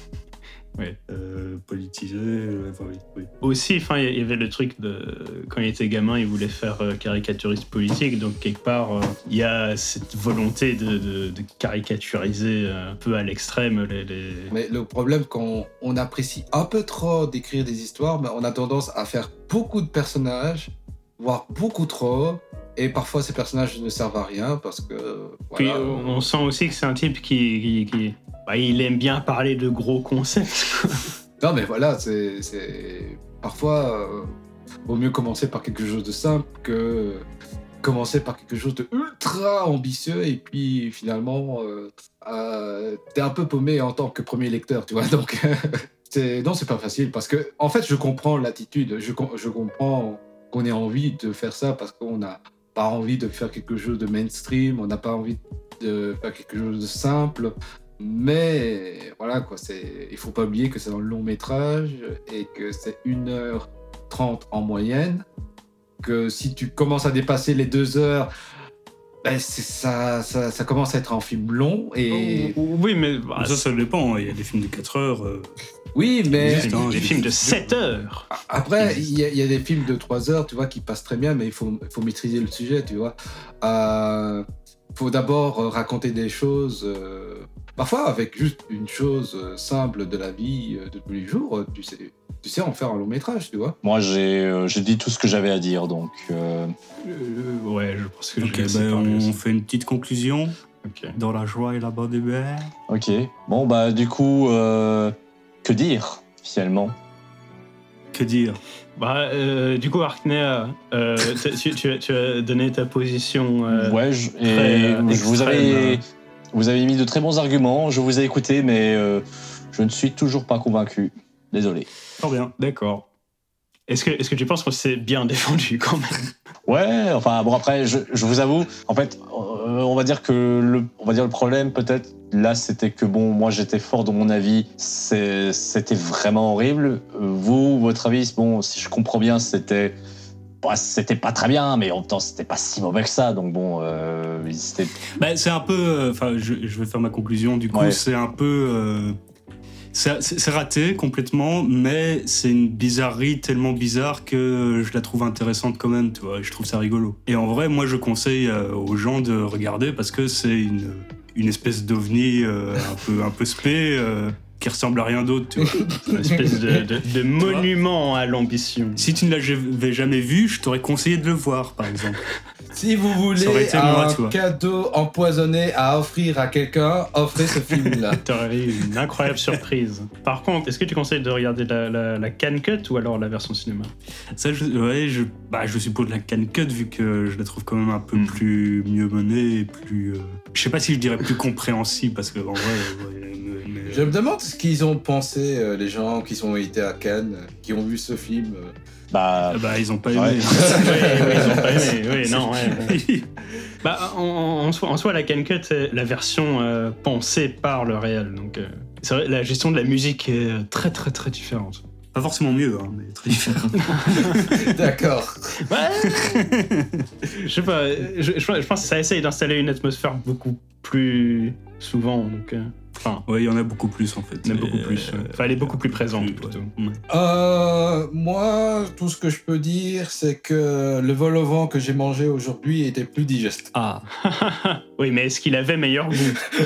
Ouais. Euh, politisé, euh, oui, oui. Aussi, enfin, il y avait le truc de quand il était gamin, il voulait faire euh, caricaturiste politique, donc quelque part, il euh, y a cette volonté de, de, de caricaturiser un peu à l'extrême les. les... Mais le problème, quand on apprécie un peu trop d'écrire des histoires, ben on a tendance à faire beaucoup de personnages, voire beaucoup trop. Et parfois, ces personnages ne servent à rien parce que. Voilà. Puis, on sent aussi que c'est un type qui, qui, qui... Bah, il aime bien parler de gros concepts. Quoi. Non, mais voilà, c'est, c'est... parfois, euh, vaut mieux commencer par quelque chose de simple que commencer par quelque chose de ultra ambitieux et puis finalement, euh, euh, t'es un peu paumé en tant que premier lecteur, tu vois. Donc, c'est... non, c'est pas facile parce que, en fait, je comprends l'attitude, je, com- je comprends qu'on ait envie de faire ça parce qu'on n'a pas envie de faire quelque chose de mainstream, on n'a pas envie de faire quelque chose de simple. Mais voilà, quoi, c'est... il ne faut pas oublier que c'est dans le long métrage et que c'est une heure trente en moyenne. Que si tu commences à dépasser les deux heures, Ben, c'est ça, ça, ça commence à être un film long et... Oh, oui, mais... Bah, ça, ça dépend. Il y a des films de quatre heures. Euh... Oui, mais... Juste, hein, des films de sept heures. Après, il y, a, il y a des films de trois heures, tu vois, qui passent très bien, mais il faut, il faut maîtriser le sujet, tu vois. Il euh, faut d'abord raconter des choses... Euh, parfois, avec juste une chose simple de la vie de tous les jours, tu sais... Tu sais en faire un long métrage, tu vois. Moi, j'ai, euh, j'ai dit tout ce que j'avais à dire, donc... Euh... Euh, ouais, je pense que okay, j'ai ben on aussi. fait une petite conclusion. Okay. Dans la joie et la bonne humeur. Ok. Bon, bah, du coup, euh, que dire, finalement? Que dire? Bah, euh, du coup, Arknea, euh, tu, tu, tu as donné ta position. Euh, ouais, je, et très, je vous, extrême, avez, euh. vous avez mis de très bons arguments, je vous ai écouté, mais euh, je ne suis toujours pas convaincu. Désolé. Fort bien. D'accord. Est-ce que, est-ce que tu penses que c'est bien défendu quand même? Ouais, enfin bon après, je, je vous avoue, en fait, euh, on va dire que le, on va dire le problème peut-être là, c'était que bon, moi j'étais fort dans mon avis, c'est, c'était vraiment horrible. Vous, votre avis, bon, si je comprends bien, c'était, bah, c'était pas très bien, mais en même temps, c'était pas si mauvais que ça, donc bon, euh, c'était. Bah, c'est un peu, enfin, je, je vais faire ma conclusion. Du coup, ouais. c'est un peu. Euh... C'est, c'est raté complètement, mais c'est une bizarrerie tellement bizarre que je la trouve intéressante quand même, tu vois, je trouve ça rigolo. Et en vrai, moi, je conseille aux gens de regarder parce que c'est une, une espèce d'ovni euh, un peu, un peu spé, euh, qui ressemble à rien d'autre, tu vois. Une espèce de, de, de monument à l'ambition. Si tu ne l'avais jamais vu, je t'aurais conseillé de le voir, par exemple. Si vous voulez moi, un cadeau empoisonné à offrir à quelqu'un, offrez ce film-là. T'aurais eu une incroyable surprise. Par contre, est-ce que tu conseilles de regarder la, la, la Can Cut ou alors la version cinéma? Ça, je, ouais, je, bah, je suppose la Can Cut, vu que je la trouve quand même un peu mm. plus mieux menée et plus... Euh, je sais pas si je dirais plus compréhensible, parce que en vrai... Ouais, mais, mais, je me demande ce qu'ils ont pensé, euh, les gens qui ont été à Cannes, qui ont vu ce film. Euh... Bah, bah, ils ont pas aimé. Ouais. oui, oui, ils ont pas aimé. Oui, non, ouais. ouais. Bah, en, en, soi, en soi, la Can Cut, c'est la version euh, pensée par le réel. Donc, euh, c'est vrai, la gestion de la musique est très, très, très différente. Pas forcément mieux, hein, mais très différente. D'accord. Ouais. Je sais pas, je, je pense que ça essaye d'installer une atmosphère beaucoup plus souvent. Donc, euh, enfin, ouais, il y en a beaucoup plus en fait. Il y en a beaucoup plus. Euh, enfin, elle est beaucoup plus présente plus, plutôt. Ouais. Euh, moi, tout ce que je peux dire, c'est que le vol au vent que j'ai mangé aujourd'hui était plus digeste. Ah. Oui, mais est-ce qu'il avait meilleur goût?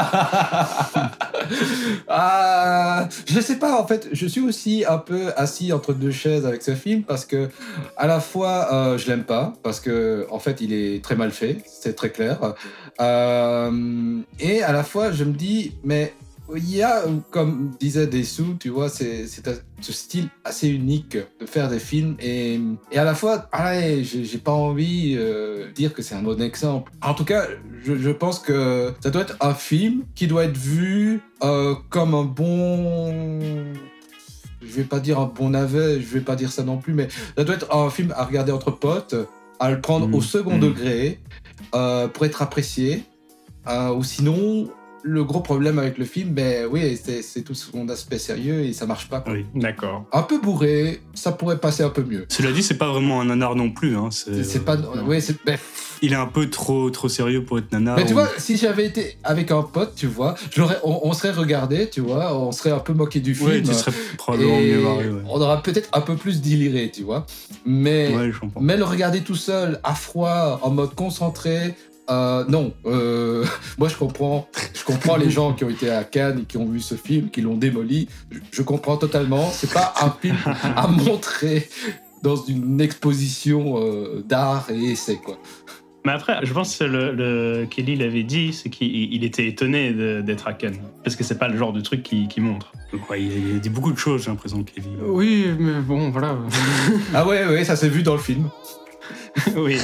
Ah, je sais pas, en fait, je suis aussi un peu assis entre deux chaises avec ce film parce que, à la fois, euh, je l'aime pas parce que, en fait, il est très mal fait, c'est très clair. Euh, et à la fois, je me dis, mais il y a, comme disait Dessous, tu vois, c'est, c'est un, ce style assez unique de faire des films et, et à la fois, allez, j'ai, j'ai pas envie euh, de dire que c'est un bon exemple. En tout cas, je, je pense que ça doit être un film qui doit être vu euh, comme un bon... Je vais pas dire un bon navet, je vais pas dire ça non plus, mais ça doit être un film à regarder entre potes, à le prendre mmh. au second mmh. degré, euh, pour être apprécié, euh, ou sinon... Le gros problème avec le film, ben oui, c'est, c'est tout son aspect sérieux et ça marche pas. Quoi. Oui, d'accord. Un peu bourré, ça pourrait passer un peu mieux. Cela dit, c'est pas vraiment un nanar non plus. Hein. C'est, c'est, c'est euh, pas. Oui, c'est. Ben... Il est un peu trop, trop sérieux pour être nanar. Mais tu ou... vois, si j'avais été avec un pote, tu vois, j'aurais, on, on serait regardé, tu vois, on serait un peu moqué du film. Oui, tu serais probablement mieux marré. Ouais. On aura peut-être un peu plus déliré, tu vois. Mais, ouais, je comprends. mais le regarder tout seul, à froid, en mode concentré. Euh, non, euh, moi je comprends, je comprends les gens qui ont été à Cannes et qui ont vu ce film, qui l'ont démoli. Je, je comprends totalement. C'est pas un film à montrer dans une exposition euh, d'art et essai, quoi. Mais après, je pense que le, le Kelly l'avait dit, c'est qu'il il était étonné de, d'être à Cannes, parce que c'est pas le genre de truc qu'il, qu'il montre. Ouais, il a dit beaucoup de choses, j'ai l'impression, Kelly. Oui, mais bon, voilà. Ah ouais, ouais, ça s'est vu dans le film. Oui.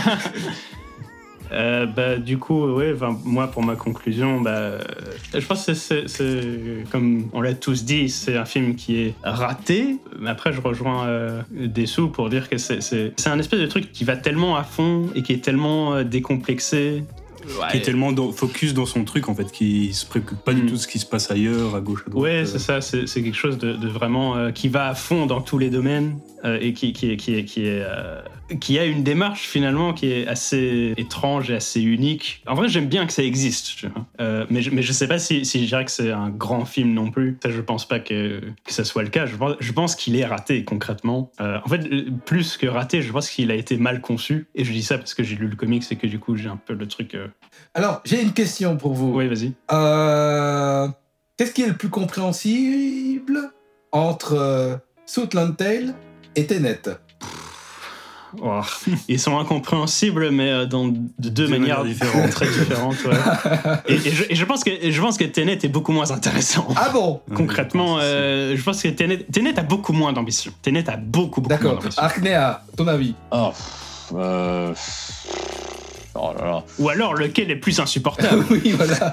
Euh, bah, du coup, ouais, moi, pour ma conclusion, bah, je pense que c'est, c'est, c'est, comme on l'a tous dit, c'est un film qui est raté. Mais après, je rejoins euh, Dessous pour dire que c'est, c'est, c'est un espèce de truc qui va tellement à fond et qui est tellement euh, décomplexé. Ouais. Qui est tellement dans, focus dans son truc, en fait, qui se préoccupe pas mm. du tout de ce qui se passe ailleurs, à gauche, à droite. Ouais, c'est ça, c'est, c'est quelque chose de, de vraiment euh, qui va à fond dans tous les domaines. euh, et qui, qui, qui, qui, est, euh, qui a une démarche finalement qui est assez étrange et assez unique. En vrai, j'aime bien que ça existe, tu vois. Euh, mais, je, mais je sais pas si, si je dirais que c'est un grand film non plus. Ça, je pense pas que, que ça soit le cas. Je pense, je pense qu'il est raté concrètement. Euh, en fait, plus que raté, je pense qu'il a été mal conçu. Et je dis ça parce que j'ai lu le comics et que du coup, j'ai un peu le truc. Euh... Alors, j'ai une question pour vous. Oui, vas-y. Euh, qu'est-ce qui est le plus compréhensible entre euh, Southland Tale et Tenet? Oh, ils sont incompréhensibles, mais euh, dans de deux, deux manières, manières différentes, très différentes. Ouais. et, et, je, et je pense que je pense que Tenet est beaucoup moins intéressant. Ah bon? Concrètement, euh, je pense que Tenet, Tenet a beaucoup moins d'ambition. Tenet a beaucoup beaucoup D'accord. moins d'ambition. Arknea, ton avis? Oh, euh... oh là là. Ou alors lequel est plus insupportable? Oui, voilà.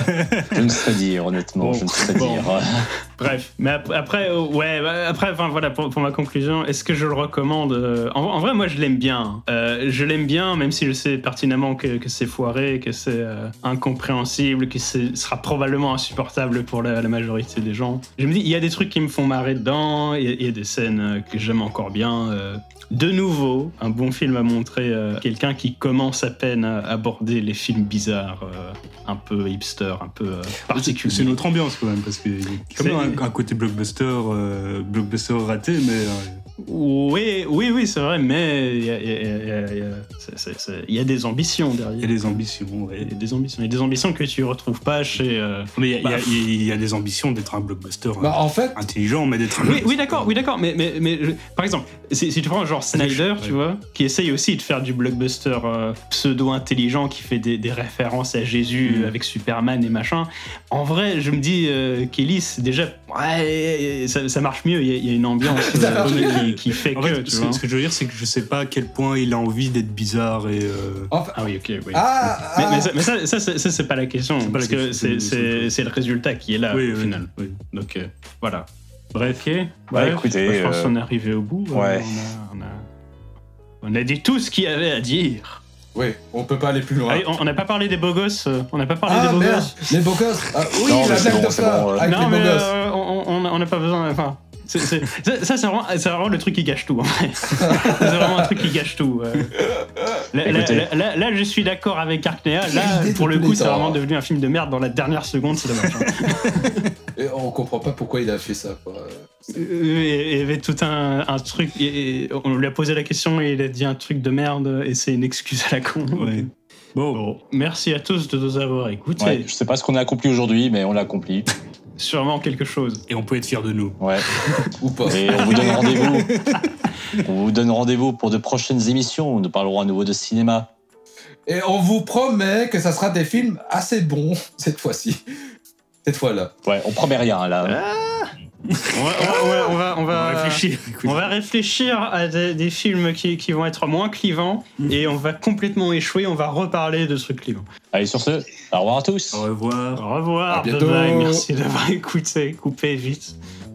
Je ne sais dire, honnêtement, Bon, je ne sais bon. dire. Bref, mais ap- après, euh, ouais, bah, après, enfin voilà, pour, pour ma conclusion, est-ce que je le recommande? euh, en, en vrai, moi, je l'aime bien. Euh, je l'aime bien, même si je sais pertinemment que, que c'est foiré, que c'est euh, incompréhensible, que ce sera probablement insupportable pour la, la majorité des gens. Je me dis, il y a des trucs qui me font marrer dedans, il y, a- il y a des scènes euh, que j'aime encore bien. euh. De nouveau, un bon film à montrer euh, quelqu'un qui commence à peine à aborder les films bizarres, euh, un peu hipster, un peu euh, particulier. C'est notre ambiance quand même, parce qu'il y a quand même C'est- un, un côté blockbuster, euh, blockbuster raté, mais euh, Oui, oui, oui, c'est vrai, mais il y a, il y a- il y a- il y a- c'est- c'est- c'est- il y a des ambitions derrière. il y a des ambitions. Il Ouais. y a des ambitions. Il y a des ambitions que tu retrouves pas chez. euh, Mais il y, a- Bah, il y a- il y a des ambitions d'être un blockbuster Bah, en fait, intelligent, mais d'être un Oui, blockbuster. oui, d'accord, oui, d'accord. Mais, mais, mais je- par exemple, si, si tu prends genre Snyder, tu Ouais. vois, qui essaye aussi de faire du blockbuster euh, pseudo-intelligent, qui fait des, des références à Jésus Mm. avec Superman et machin. En vrai, je me dis, euh, Kelly, c'est déjà, ouais, ça, ça marche mieux. Il y, a- il y a une ambiance Ça marche euh, mieux. qui, qui fait En que. fait, tu ce, vois. ce que je veux dire, c'est que je sais pas à quel point il a envie d'être bizarre et. euh, enfin, Ah oui, ok, oui. ah, Mais, ah, mais ça, mais ça, ça, c'est- ça, c'est pas la question, pas parce la que question, c'est, c'est- c'est, c'est- c'est le résultat qui est là, oui, au oui, final. oui. Donc, euh, voilà. Bref, ok. Bah, Bref, écoutez, je pense euh, qu'on est arrivé au bout. ouais. Euh, On, a, on, a, on a dit tout ce qu'il y avait à dire. oui, on peut pas aller plus loin. Allez, on on n'a pas parlé des beaux gosses. euh, On n'a pas parlé Ah des beaux merde, gosses. les beaux gosses. Ah, oui, Non, la mais c'est blague bon, de c'est ça, bon, ouais. avec Non, les mais beaux gosses. euh, on on- on n'a pas besoin. Enfin, c'est, c'est- ça, ça, c'est vraiment, c'est vraiment le truc qui gâche tout. En vrai. c'est vraiment un truc qui gâche tout. euh. Là, là, Écoutez. là, là, là, je suis d'accord avec Arknea. Pire Là, idée de pour le tous coup, les c'est temps. vraiment devenu un film de merde dans la dernière seconde. C'est dommage. hein. Et on comprend pas pourquoi il a fait ça, quoi. Euh, Il y avait tout un, un truc. et- et on lui a posé la question et il a dit un truc de merde et c'est une excuse à la con. Ouais. Bon, Bon, merci à tous de nous avoir écoutés. Ouais, je sais pas ce qu'on a accompli aujourd'hui, mais on l'a accompli. Sûrement quelque chose. et on peut être fiers de nous. Ouais. Ou pas. Et on vous donne rendez-vous. On vous donne rendez-vous pour de prochaines émissions où nous parlerons à nouveau de cinéma. Et on vous promet que ça sera des films assez bons cette fois-ci. Cette fois-là. Ouais, on promet rien là. On va, on va, on va, on va, On va réfléchir. écoute. on va réfléchir à des, des films qui, qui vont être moins clivants et on va complètement échouer. On va reparler de trucs clivants. Allez, sur ce, au revoir à tous. Au revoir. Au revoir. À bientôt. Bye bye. Merci d'avoir écouté. Coupez vite.